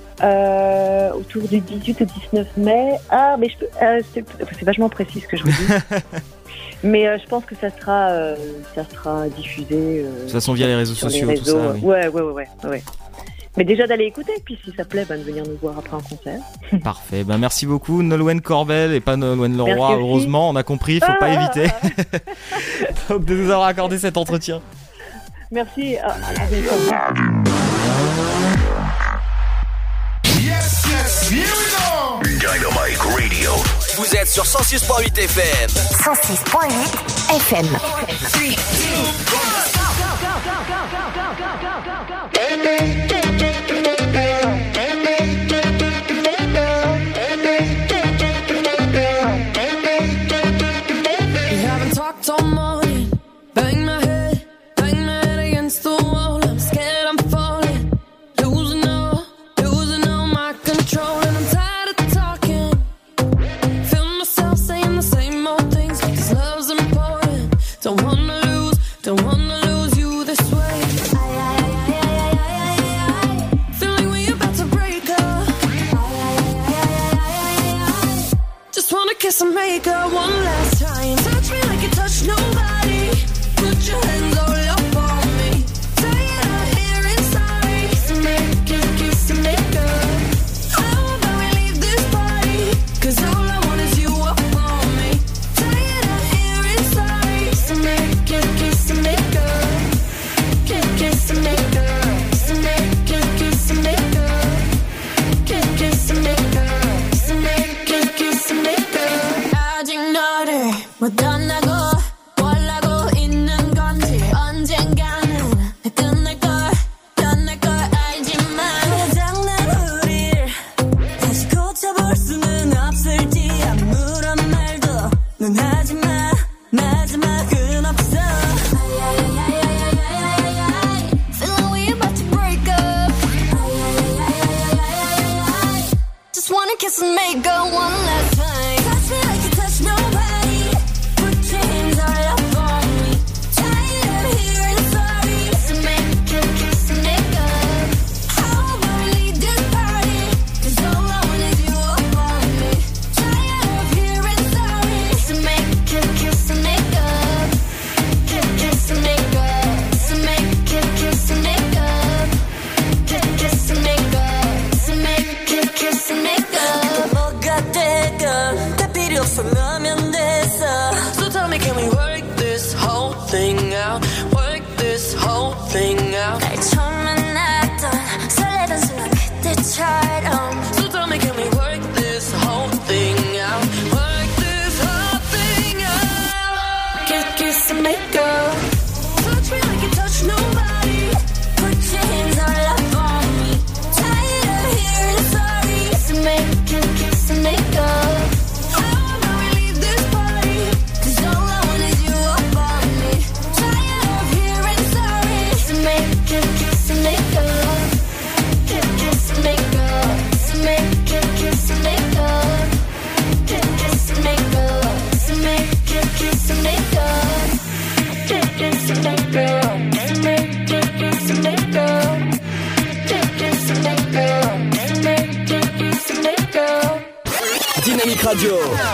euh, autour du dix-huit au dix-neuf mai. Ah, mais je peux, euh, c'est, c'est vachement précis ce que je vous dis. Mais euh, je pense que ça sera, euh, ça sera diffusé. Euh, de toute façon, via les réseaux sociaux, les réseaux, tout ça. Oui. Ouais, ouais, ouais, ouais, ouais. Mais déjà d'aller écouter, puis si ça plaît, bah, de venir nous voir après un concert. Parfait, ben merci beaucoup Nolwenn Corbel et pas Nolwenn Leroy, heureusement, on a compris, faut ah pas éviter donc de nous avoir accordé cet entretien. Merci, à, à bientôt. Yes, yes, here we go. Dynamite Radio. Vous êtes sur cent six point huit F M. cent six point huit F M. We haven't talked all morning. Bang my head, bang my head against the wall. I'm scared I'm falling, losing all, losing all my control. And I'm tired of talking, feel myself saying the same old things. Because love's important, don't wanna lose, don't wanna lose you this way. Feel like we about to break up. Just wanna kiss and make up one last time. Touch me like you touch nobody. Put your hands all up on me. Tired of hearing sorry. Kiss and make it, kiss and make up. How about we leave this party? Cause all I want is you up on me. Tired of hearing sorry. Kiss and make it, kiss and make up. Kiss, kiss and make up. Kiss and make it, kiss and make up. Kiss, kiss and make up. Kiss and make it, kiss and make up. 아직 너를 못 만나고 원하고 있는 건지 언젠가는 끝날 걸 끝날 걸 알지만 장난 우릴 다시 고쳐볼 수는 없을지 아무런 말도 넌 하지마 마지막은 없어. Feel like we about to break up. Just wanna kiss and make up one last time. Touch me like you touch nobody. Put your hands all up on me. Tired of hearing sorry. Kiss and make it, kiss and make up. How about we leave this party? Cause all I want is you up on me. Tired of hearing sorry. Kiss and make it, kiss and make up. Kiss, kiss and make up. Kiss and make it, kiss and make up. Kiss, kiss and make up. Kiss and make it, kiss and make up. 뭐가 되건 다 필요 없으면 됐어. So tell me, can we work this whole thing out? Work this whole thing out. 날 처음 만났던 설레던 순간 그때처럼. So tell me, can we work this whole thing out? Work this whole thing out. Kiss, kiss and make up. Touch me like you touch nobody. Put your hands all up on me. Tired of hearing sorry. Kiss and make it, kiss and make up. How about we leave this party? Cause all I want is you up on me. Tired of hearing sorry. Kiss and make it, kiss and make up. Kiss, kiss and make up. Kiss and make it, kiss and make up. Kiss, kiss and make up. Kiss and make it, kiss and make up. Kiss, kiss and make up. Kiss and make it, kiss and make up. Kiss, kiss and make up. Kiss and make it, kiss and make up. Dynamique Radio.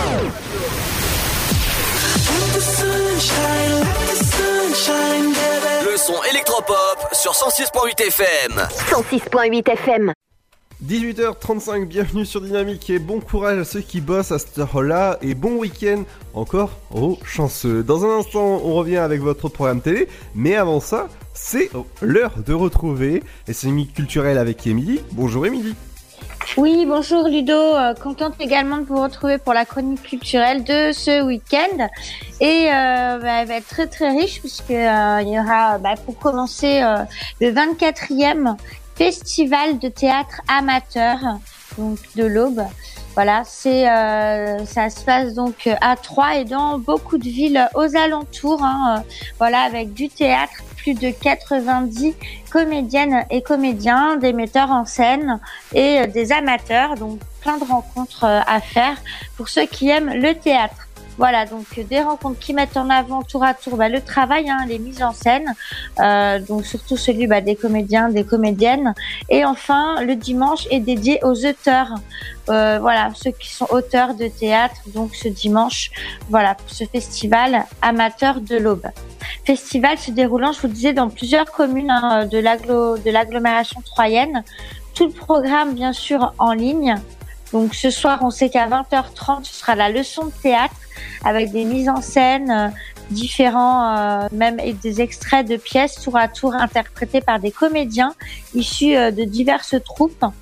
Le son électropop sur cent six point huit F M. cent six point huit F M. dix-huit heures trente-cinq, bienvenue sur Dynamique et bon courage à ceux qui bossent à cette heure-là et bon week-end encore aux chanceux. Dans un instant, on revient avec votre programme télé, mais avant ça, c'est l'heure de retrouver les séries culturelles avec Émilie. Bonjour Émilie. Oui, bonjour Ludo, euh, contente également de vous retrouver pour la chronique culturelle de ce week-end et euh, bah, elle va être très très riche puisque euh, il y aura bah, pour commencer euh, le vingt-quatrième festival de théâtre amateur donc de l'Aube. Voilà, c'est euh, ça se passe donc à Troyes et dans beaucoup de villes aux alentours. Hein, euh, voilà, avec du théâtre, plus de quatre-vingt-dix comédiennes et comédiens, des metteurs en scène et euh, des amateurs. Donc plein de rencontres euh, à faire pour ceux qui aiment le théâtre. Voilà, donc des rencontres qui mettent en avant tour à tour bah, le travail, hein, les mises en scène, euh, donc surtout celui bah, des comédiens, des comédiennes. Et enfin, le dimanche est dédié aux auteurs, euh, voilà, ceux qui sont auteurs de théâtre. Donc ce dimanche, voilà, ce festival amateur de l'Aube. Festival se déroulant, je vous le disais, dans plusieurs communes hein, de, l'agglo- de l'agglomération troyenne. Tout le programme, bien sûr, en ligne. Donc ce soir, on sait qu'à vingt heures trente, ce sera la leçon de théâtre avec des mises en scène euh, différents, euh, même et des extraits de pièces tour à tour interprétés par des comédiens issus euh, de diverses troupes.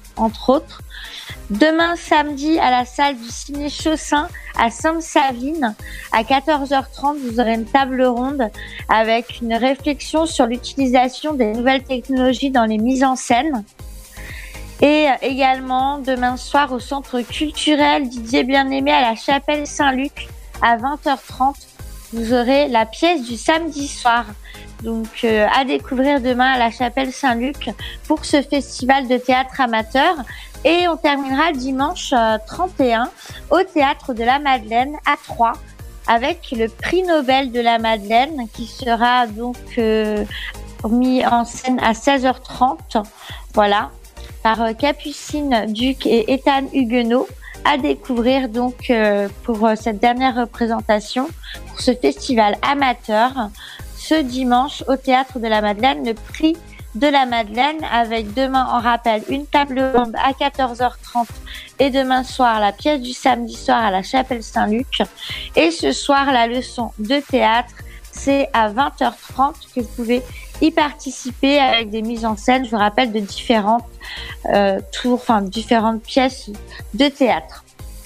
entre autres. Demain, samedi, à la salle du Ciné Chaussin, à Sainte-Savine, à quatorze heures trente, vous aurez une table ronde avec une réflexion sur l'utilisation des nouvelles technologies dans les mises en scène. Et également, demain soir, au Centre culturel Didier Bien-Aimé, à la Chapelle Saint-Luc, à vingt heures trente, vous aurez la pièce du samedi soir. Donc, euh, à découvrir demain à la Chapelle Saint-Luc pour ce festival de théâtre amateur. Et on terminera dimanche euh, trente et un au Théâtre de la Madeleine à Troyes avec le prix Nobel de la Madeleine qui sera donc euh, mis en scène à seize heures trente. Voilà, par euh, Capucine Duc et Ethan Huguenot. À découvrir donc euh, pour euh, cette dernière représentation pour ce festival amateur ce dimanche au Théâtre de la Madeleine, le prix de la Madeleine avec demain en rappel une table ronde à quatorze heures trente et demain soir la pièce du samedi soir à la Chapelle Saint-Luc et ce soir la leçon de théâtre c'est à vingt heures trente que vous pouvez y participer avec des mises en scène, je vous rappelle, de différentes euh, tours, enfin différentes pièces de théâtre.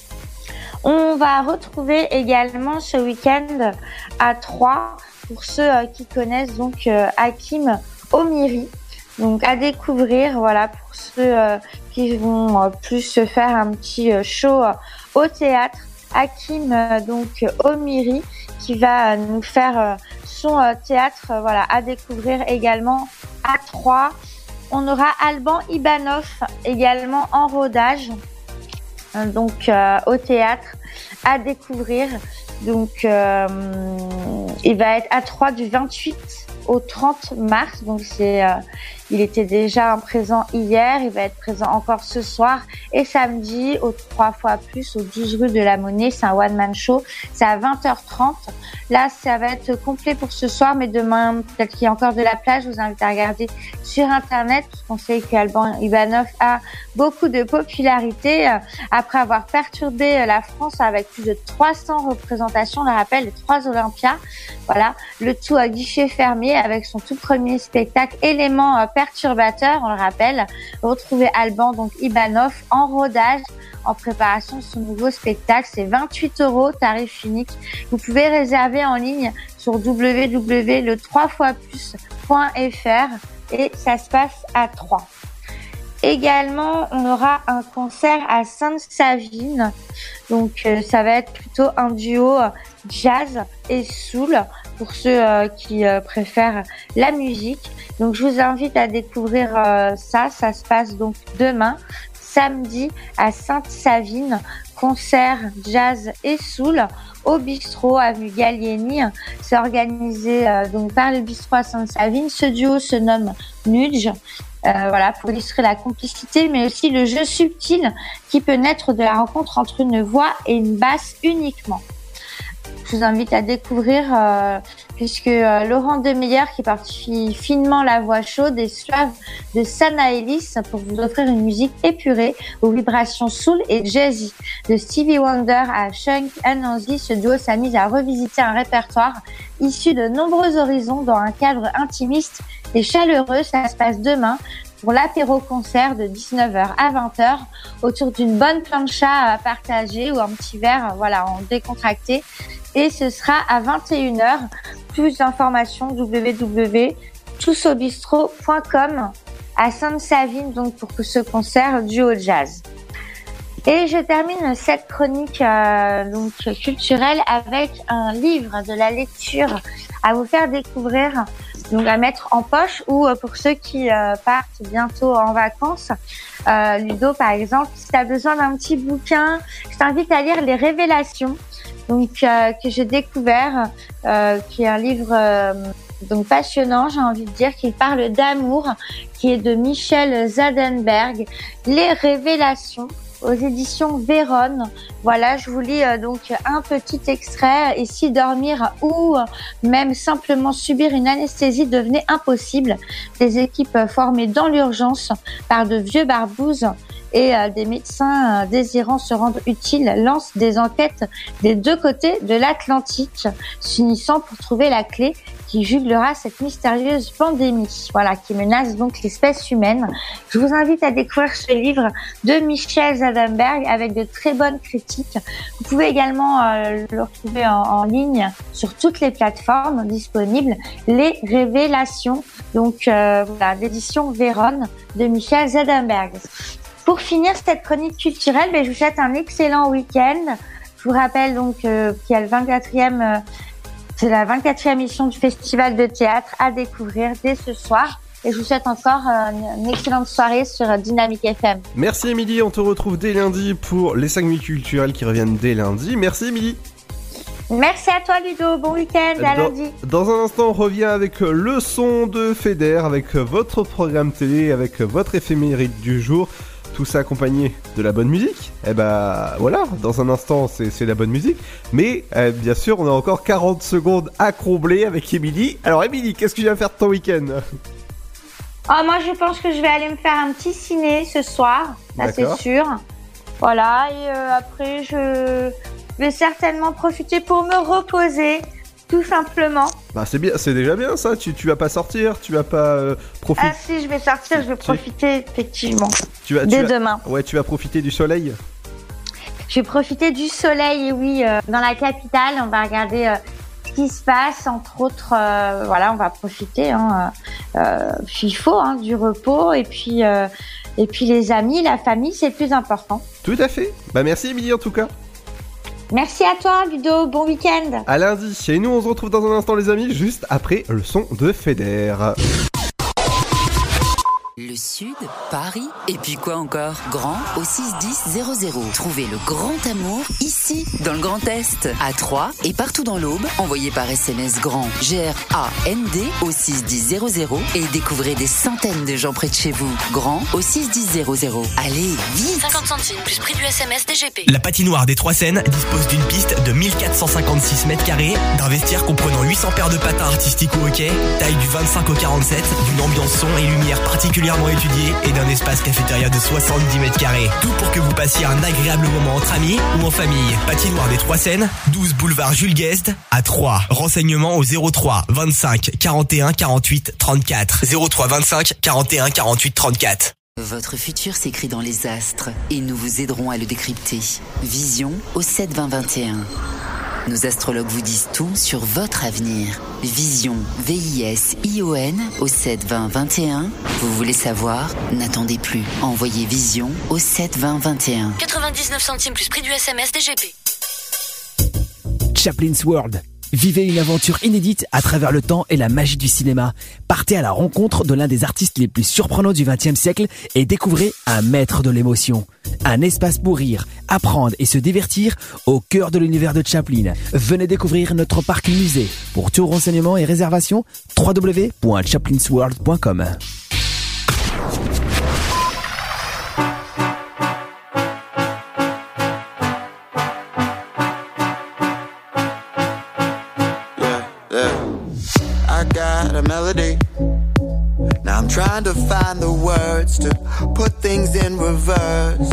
On va retrouver également ce week-end à Troyes pour ceux euh, qui connaissent donc euh, Hakim Omiri. Donc à découvrir, voilà, pour ceux euh, qui vont euh, plus se faire un petit euh, show euh, au théâtre. Hakim euh, donc Omiri qui va euh, nous faire euh, son euh, théâtre, euh, voilà, à découvrir également à Troyes. On aura Alban Ibanov également en rodage, euh, donc euh, au théâtre à découvrir. Donc euh, il va être à Troyes du vingt-huit au trente mars, donc c'est, euh, il était déjà présent hier, il va être présent encore ce soir et samedi aux trois fois plus, aux douze rue de la Monnaie, c'est un one-man show, c'est à vingt heures trente. Là, ça va être complet pour ce soir, mais demain, peut-être qu'il y a encore de la place, je vous invite à regarder sur Internet, parce qu'on sait qu'Alban Ibanov a beaucoup de popularité, euh, après avoir perturbé euh, la France avec plus de trois cents représentations, on le rappelle, les trois Olympias, voilà, le tout à guichet fermé, avec son tout premier spectacle Éléments euh, perturbateurs, on le rappelle. Retrouvez Alban donc Ibanov en rodage en préparation de son nouveau spectacle. C'est vingt-huit euros, tarif unique. Vous pouvez réserver en ligne sur w w w point le trois fois plus point f r et ça se passe à Troyes. Également, on aura un concert à Sainte-Savine. Donc, euh, ça va être plutôt un duo euh, jazz et soul pour ceux euh, qui euh, préfèrent la musique. Donc, je vous invite à découvrir euh, ça. Ça se passe donc demain, samedi, à Sainte-Savine. Concert jazz et soul au bistrot avenue Gallieni. C'est organisé euh, donc par le bistrot à Sainte-Savine. Ce duo se nomme Nudge. Euh, voilà, pour illustrer la complicité, mais aussi le jeu subtil qui peut naître de la rencontre entre une voix et une basse uniquement. Je vous invite à découvrir, euh, puisque euh, Laurent Demeyer qui partie finement la voix chaude et suave de Sana Ellis pour vous offrir une musique épurée aux vibrations soul et jazzy. De Stevie Wonder à Chunk Anansi, ce duo s'amuse à revisiter un répertoire issu de nombreux horizons dans un cadre intimiste et chaleureux. Ça se passe demain pour l'apéro-concert de dix-neuf heures à vingt heures autour d'une bonne plancha à partager ou un petit verre, voilà, en décontracté. Et ce sera à vingt et une heures. Plus d'informations w w w point tous au bistrot point com à Sainte-Savine, donc pour ce concert duo jazz. Et je termine cette chronique euh, donc culturelle avec un livre de la lecture à vous faire découvrir, donc à mettre en poche ou euh, pour ceux qui euh, partent bientôt en vacances. Euh, Ludo, par exemple, si tu as besoin d'un petit bouquin, je t'invite à lire Les Révélations, donc euh, que j'ai découvert, euh, qui est un livre euh, donc passionnant, j'ai envie de dire, qui parle d'amour, qui est de Michel Zadenberg. Les Révélations, aux éditions Vérone. Voilà, je vous lis euh, donc un petit extrait. Et si dormir ou même simplement subir une anesthésie devenait impossible, des équipes formées dans l'urgence par de vieux barbouzes et euh, des médecins euh, désirant se rendre utiles lancent des enquêtes des deux côtés de l'Atlantique, s'unissant pour trouver la clé qui juglera cette mystérieuse pandémie, voilà, qui menace donc l'espèce humaine. Je vous invite à découvrir ce livre de Michel Zadenberg avec de très bonnes critiques. Vous pouvez également euh, le retrouver en, en ligne sur toutes les plateformes disponibles. Les Révélations, donc euh, voilà, d'édition Vérone de Michel Zadenberg. Pour finir cette chronique culturelle, ben, je vous souhaite un excellent week-end. Je vous rappelle donc euh, qu'il y a le vingt-quatrième euh, C'est la vingt-quatrième édition du Festival de théâtre à découvrir dès ce soir. Et je vous souhaite encore une excellente soirée sur Dynamique F M. Merci Émilie, on te retrouve dès lundi pour les cinq minutes culturelles qui reviennent dès lundi. Merci Émilie. Merci à toi Ludo, bon week-end, à dans, lundi. Dans un instant, on revient avec le son de Feder, avec votre programme télé, avec votre éphéméride du jour. Tout ça accompagné de la bonne musique. Et bah voilà, dans un instant c'est, c'est la bonne musique. Mais euh, bien sûr on a encore quarante secondes à combler avec Émilie. Alors Émilie, qu'est-ce que tu vas faire de ton week-end ? Oh, moi je pense que je vais aller me faire un petit ciné ce soir, ça D'accord. c'est sûr. Voilà, et euh, après je vais certainement profiter pour me reposer, tout simplement. Bah c'est bien, c'est déjà bien ça, tu, tu vas pas sortir, tu vas pas euh, profiter. Ah si, je vais sortir, je vais profiter effectivement. Tu vas, Dès tu vas... demain. Ouais, tu vas profiter du soleil. Je vais profiter du soleil, et oui, euh, dans la capitale, on va regarder euh, ce qui se passe, entre autres, euh, voilà, on va profiter, hein, euh, il faut, hein, du repos, et puis, euh, et puis les amis, la famille, c'est le plus important. Tout à fait. Bah merci Émilie en tout cas. Merci à toi Ludo, bon week-end. À lundi, et nous on se retrouve dans un instant les amis, juste après le son de Feder. Le Sud, Paris, et puis quoi encore? Grand au six dix zéro zéro. Trouvez le grand amour ici, dans le Grand Est, à Troyes et partout dans l'Aube. Envoyez par S M S grand G R A N D au six dix zéro zéro et découvrez des centaines de gens près de chez vous. Grand au six dix zéro zéro. Allez, vite! cinquante centimes plus prix du S M S D G P. La patinoire des Trois Seines dispose d'une piste de mille quatre cent cinquante-six mètres carrés, d'un vestiaire comprenant huit cents paires de patins artistiques ou hockey, taille du vingt-cinq au quarante-sept, d'une ambiance son et lumière particulièrement étudiée et d'un espace cafétéria de soixante-dix mètres carrés. Tout pour que vous passiez un agréable moment entre amis ou en famille. Patinoire des Trois Seines, douze boulevard Jules Guest à Troyes. Renseignements au zéro trois vingt-cinq quarante et un quarante-huit trente-quatre. zéro trois vingt-cinq quarante et un quarante-huit trente-quatre. Votre futur s'écrit dans les astres et nous vous aiderons à le décrypter. Vision au sept vingt vingt et un. Nos astrologues vous disent tout sur votre avenir. Vision, V I S I O N au sept vingt vingt et un. Vous voulez savoir? N'attendez plus. Envoyez Vision au sept vingt vingt et un. quatre-vingt-dix-neuf centimes plus prix du S M S D G P. Chaplin's World. Vivez une aventure inédite à travers le temps et la magie du cinéma. Partez à la rencontre de l'un des artistes les plus surprenants du vingtième siècle et découvrez un maître de l'émotion. Un espace pour rire, apprendre et se divertir au cœur de l'univers de Chaplin. Venez découvrir notre parc musée. Pour tout renseignement et réservation, w w w point chaplins world point com. A melody. Now I'm trying to find the words to put things in reverse.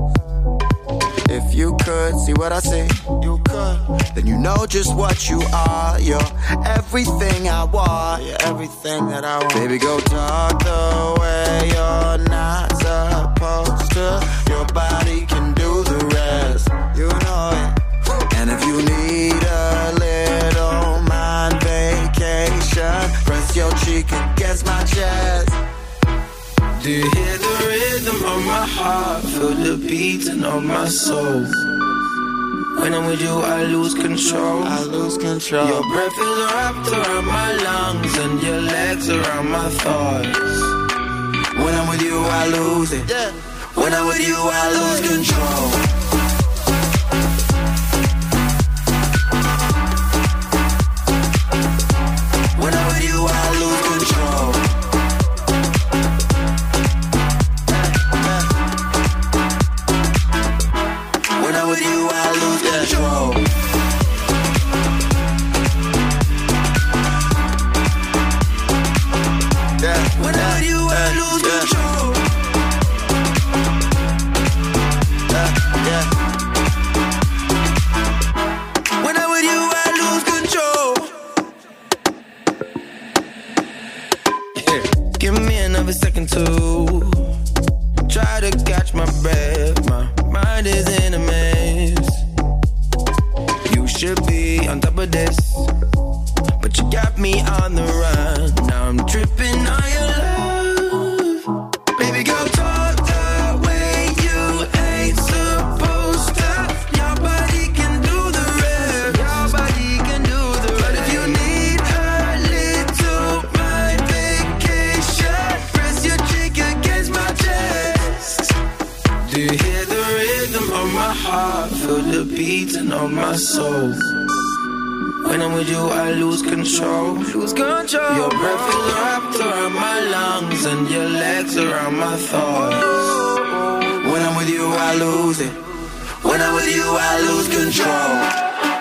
If you could see what I see, you could. Then you know just what you are. You're everything I want. You're everything that I want. Baby, go talk the way you're not supposed to. Your body can do the rest. You know it. And if you need a little mind vacation, press your cheek against my chest. Do you hear the rhythm of my heart? Feel the beating of my soul. When I'm with you, I lose control. I lose control. Your breath is wrapped around my lungs and your legs around my thighs. When I'm with you, I lose it. Yeah. When I'm with you, I lose control. When I'm with you, I lose control. When I'm with you, I lose control. Yeah. When I'm with you, I lose control. Yeah. When I'm with you, I lose control. Yeah. Give me another second to try to catch my breath. My mind is in a maze. You should be on top of this, but you got me on the run. Now I'm tripping on your love. Baby girl, talk the way you ain't supposed to. Your body can do the rest. Your body can do the rest. But if you need a little my vacation, press your cheek against my chest. Do you hear the rhythm of my heart? Feel the beating of my soul. When I'm with you, I lose control. Lose control. Your breath is wrapped around my lungs and your legs around my thighs. When I'm with you, I lose it. When I'm with you, I lose control.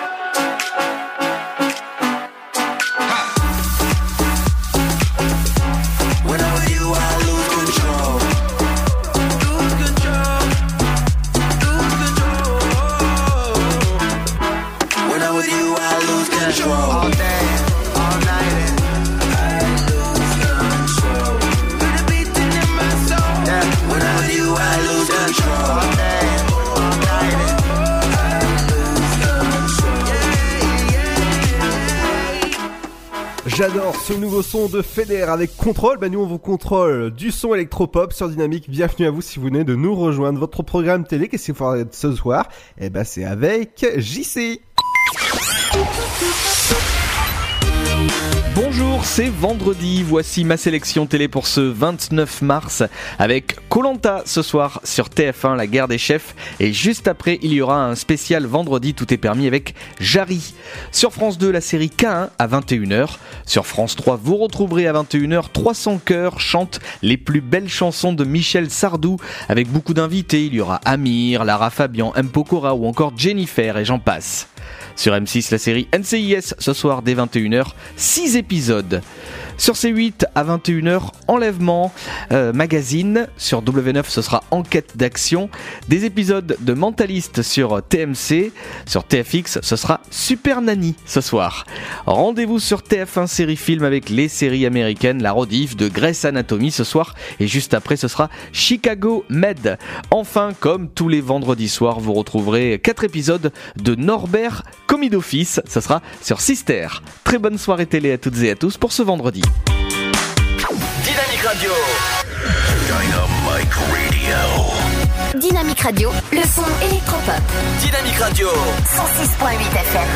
All day, all night, I lose control. With a beating in my soul. Yeah. When I'm with you, I lose control. All day, all night, I lose control. Yeah, yeah, yeah. J'adore ce nouveau son de Feder avec Contrôle. Bah nous on vous contrôle du son électropop sur Dynamique. Bienvenue à vous si vous venez de nous rejoindre. Votre programme télé, qu'est-ce qu'il faut faire ce soir? Eh bah c'est avec J C. Bonjour, c'est vendredi, voici ma sélection télé pour ce vingt-neuf mars avec Koh-Lanta ce soir sur T F un, la guerre des chefs, et juste après il y aura un spécial vendredi tout est permis avec Jarry. Sur France deux, la série K un à vingt et une heures. Sur France trois, vous retrouverez à vingt et une heures trois cents chœurs chantent les plus belles chansons de Michel Sardou avec beaucoup d'invités. Il y aura Amir, Lara Fabian, M. Pokora ou encore Jennifer et j'en passe. Sur M six, la série N C I S ce soir dès vingt et une heures, six épisodes. Sur C huit à vingt et une heures, Enlèvement euh, Magazine. Sur W neuf, ce sera Enquête d'action. Des épisodes de Mentaliste sur T M C. Sur T F X, ce sera Super Nanny ce soir. Rendez-vous sur T F un série film avec les séries américaines, la rediff de Grey's Anatomy ce soir. Et juste après, ce sera Chicago Med. Enfin, comme tous les vendredis soirs, vous retrouverez quatre épisodes de Norbert Commis d'office. Ce sera sur Sister. Très bonne soirée télé à toutes et à tous pour ce vendredi. Dynamique Radio. Dynamique Radio. Dynamique Radio, le son électropop. Dynamique Radio. cent six point huit F M.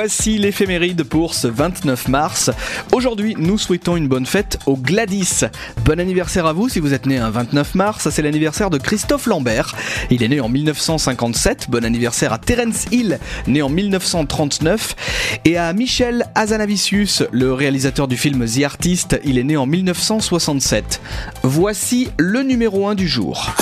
Voici l'éphéméride pour ce vingt-neuf mars. Aujourd'hui, nous souhaitons une bonne fête au Gladys. Bon anniversaire à vous si vous êtes né un vingt-neuf mars. C'est l'anniversaire de Christophe Lambert. Il est né en mille neuf cent cinquante-sept. Bon anniversaire à Terence Hill, né en mille neuf cent trente-neuf. Et à Michel Hazanavicius, le réalisateur du film The Artist. Il est né en mille neuf cent soixante-sept. Voici le numéro un du jour.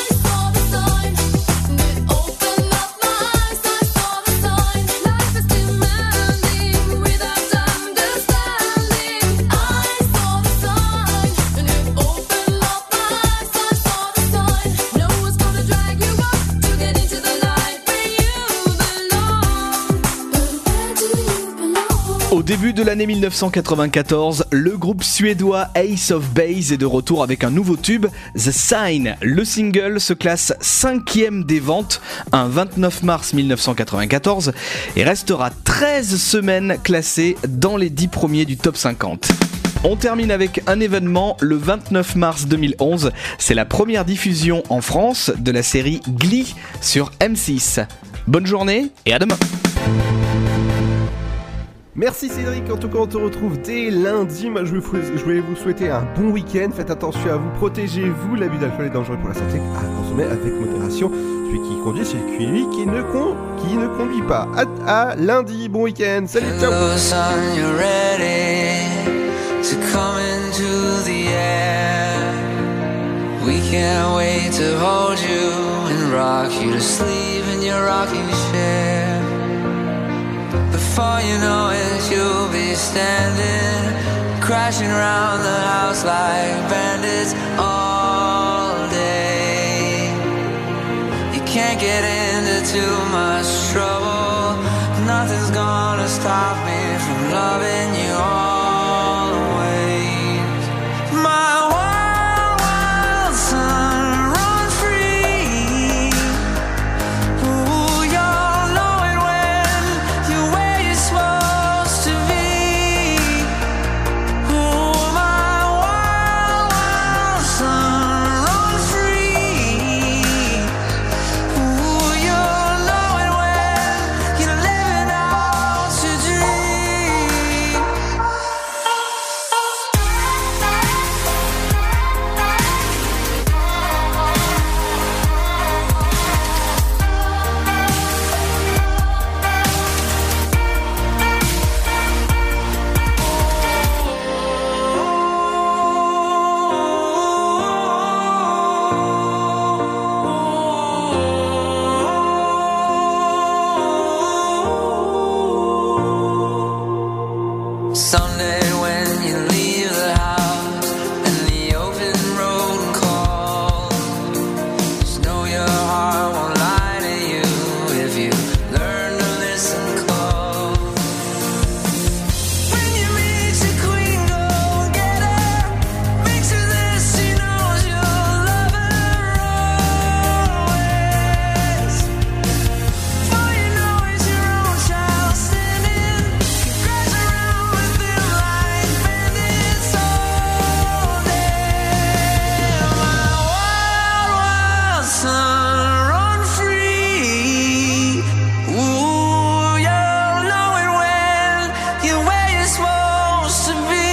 Au début de l'année mille neuf cent quatre-vingt-quatorze, le groupe suédois Ace of Base est de retour avec un nouveau tube, The Sign. Le single se classe cinquième des ventes un vingt-neuf mars mille neuf cent quatre-vingt-quatorze et restera treize semaines classé dans les dix premiers du top cinquante. On termine avec un événement le vingt-neuf mars deux mille onze. C'est la première diffusion en France de la série Glee sur M six. Bonne journée et à demain. Merci Cédric, en tout cas on te retrouve dès lundi. Moi je vais vous souhaiter un bon week-end, faites attention à vous, protégez-vous, l'abus d'alcool est dangereux pour la santé, à consommer avec modération. Celui qui conduit c'est lui qui ne, con, qui ne conduit pas. À, à lundi, bon week-end, salut, ciao. Hello, son, you're ready to come into the air. We can't wait to hold you and rock you to sleep in your rocking chair. Before you know it, you'll be standing, crashing around the house like bandits all day. You can't get into too much trouble. Nothing's gonna stop me from loving you always. My wild, wild son, run free. Ooh, you'll know it when you're where you're supposed to be. Ooh, my wild, wild son, run free. Ooh, you'll know it when you're living out your dream. Someday when you leave the house and the open road calls, just know your heart won't lie to you if you learn to listen close. When you meet your queen, go get her. Make sure that she knows you'll love her always. For you know it's your own child standing. You crash around with them like bandits all day. My wild, wild son, run free. Ooh, you'll know it when you're where you're supposed to be.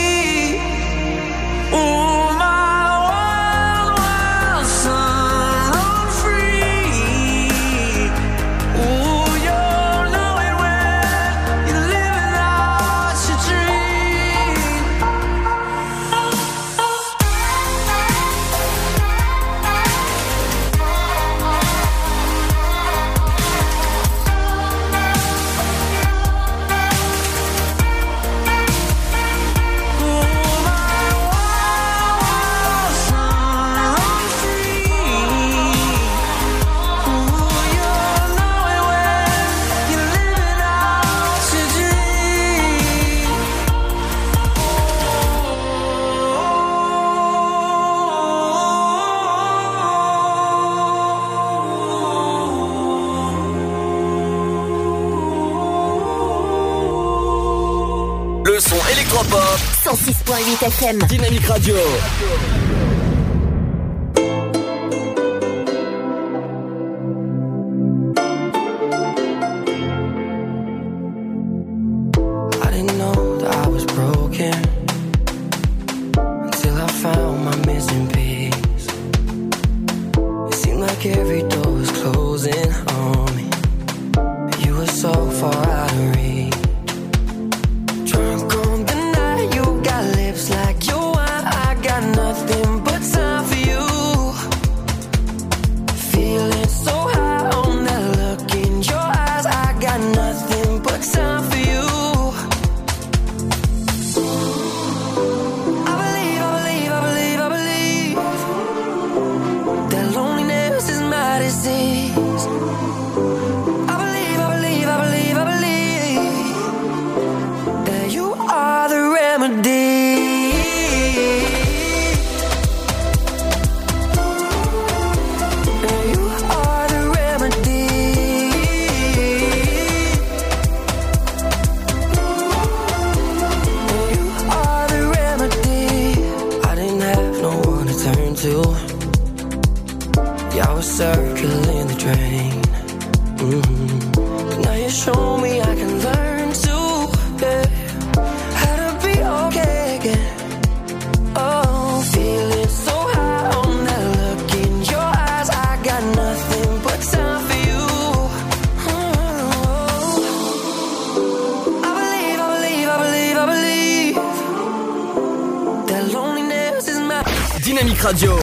Ooh, my wild, wild son, run free. Ooh, you'll know it when you're living out your dream. Le son électropop. cent six point huit F M. Dynamique Radio. like every door was closing on me. You were so far out of reach. Drunk on the night, you got lips like your wine. I got nothing but time for you. Feeling so high on that look in your eyes. I got nothing but time for you. I believe, I believe, I believe, I believe that loneliness is my disease. I believe, I believe, I believe, I believe that you are the remedy. You are the remedy. You are the remedy. I didn't have no one to turn to. Yeah, I was circling the drain. Mm-hmm. Now you show me I can learn to, yeah, how to be okay again. Oh, feeling so high on that look in your eyes. I got nothing but time for you. Oh, I believe, I believe, I believe, I believe that loneliness is my Dynamique Radio.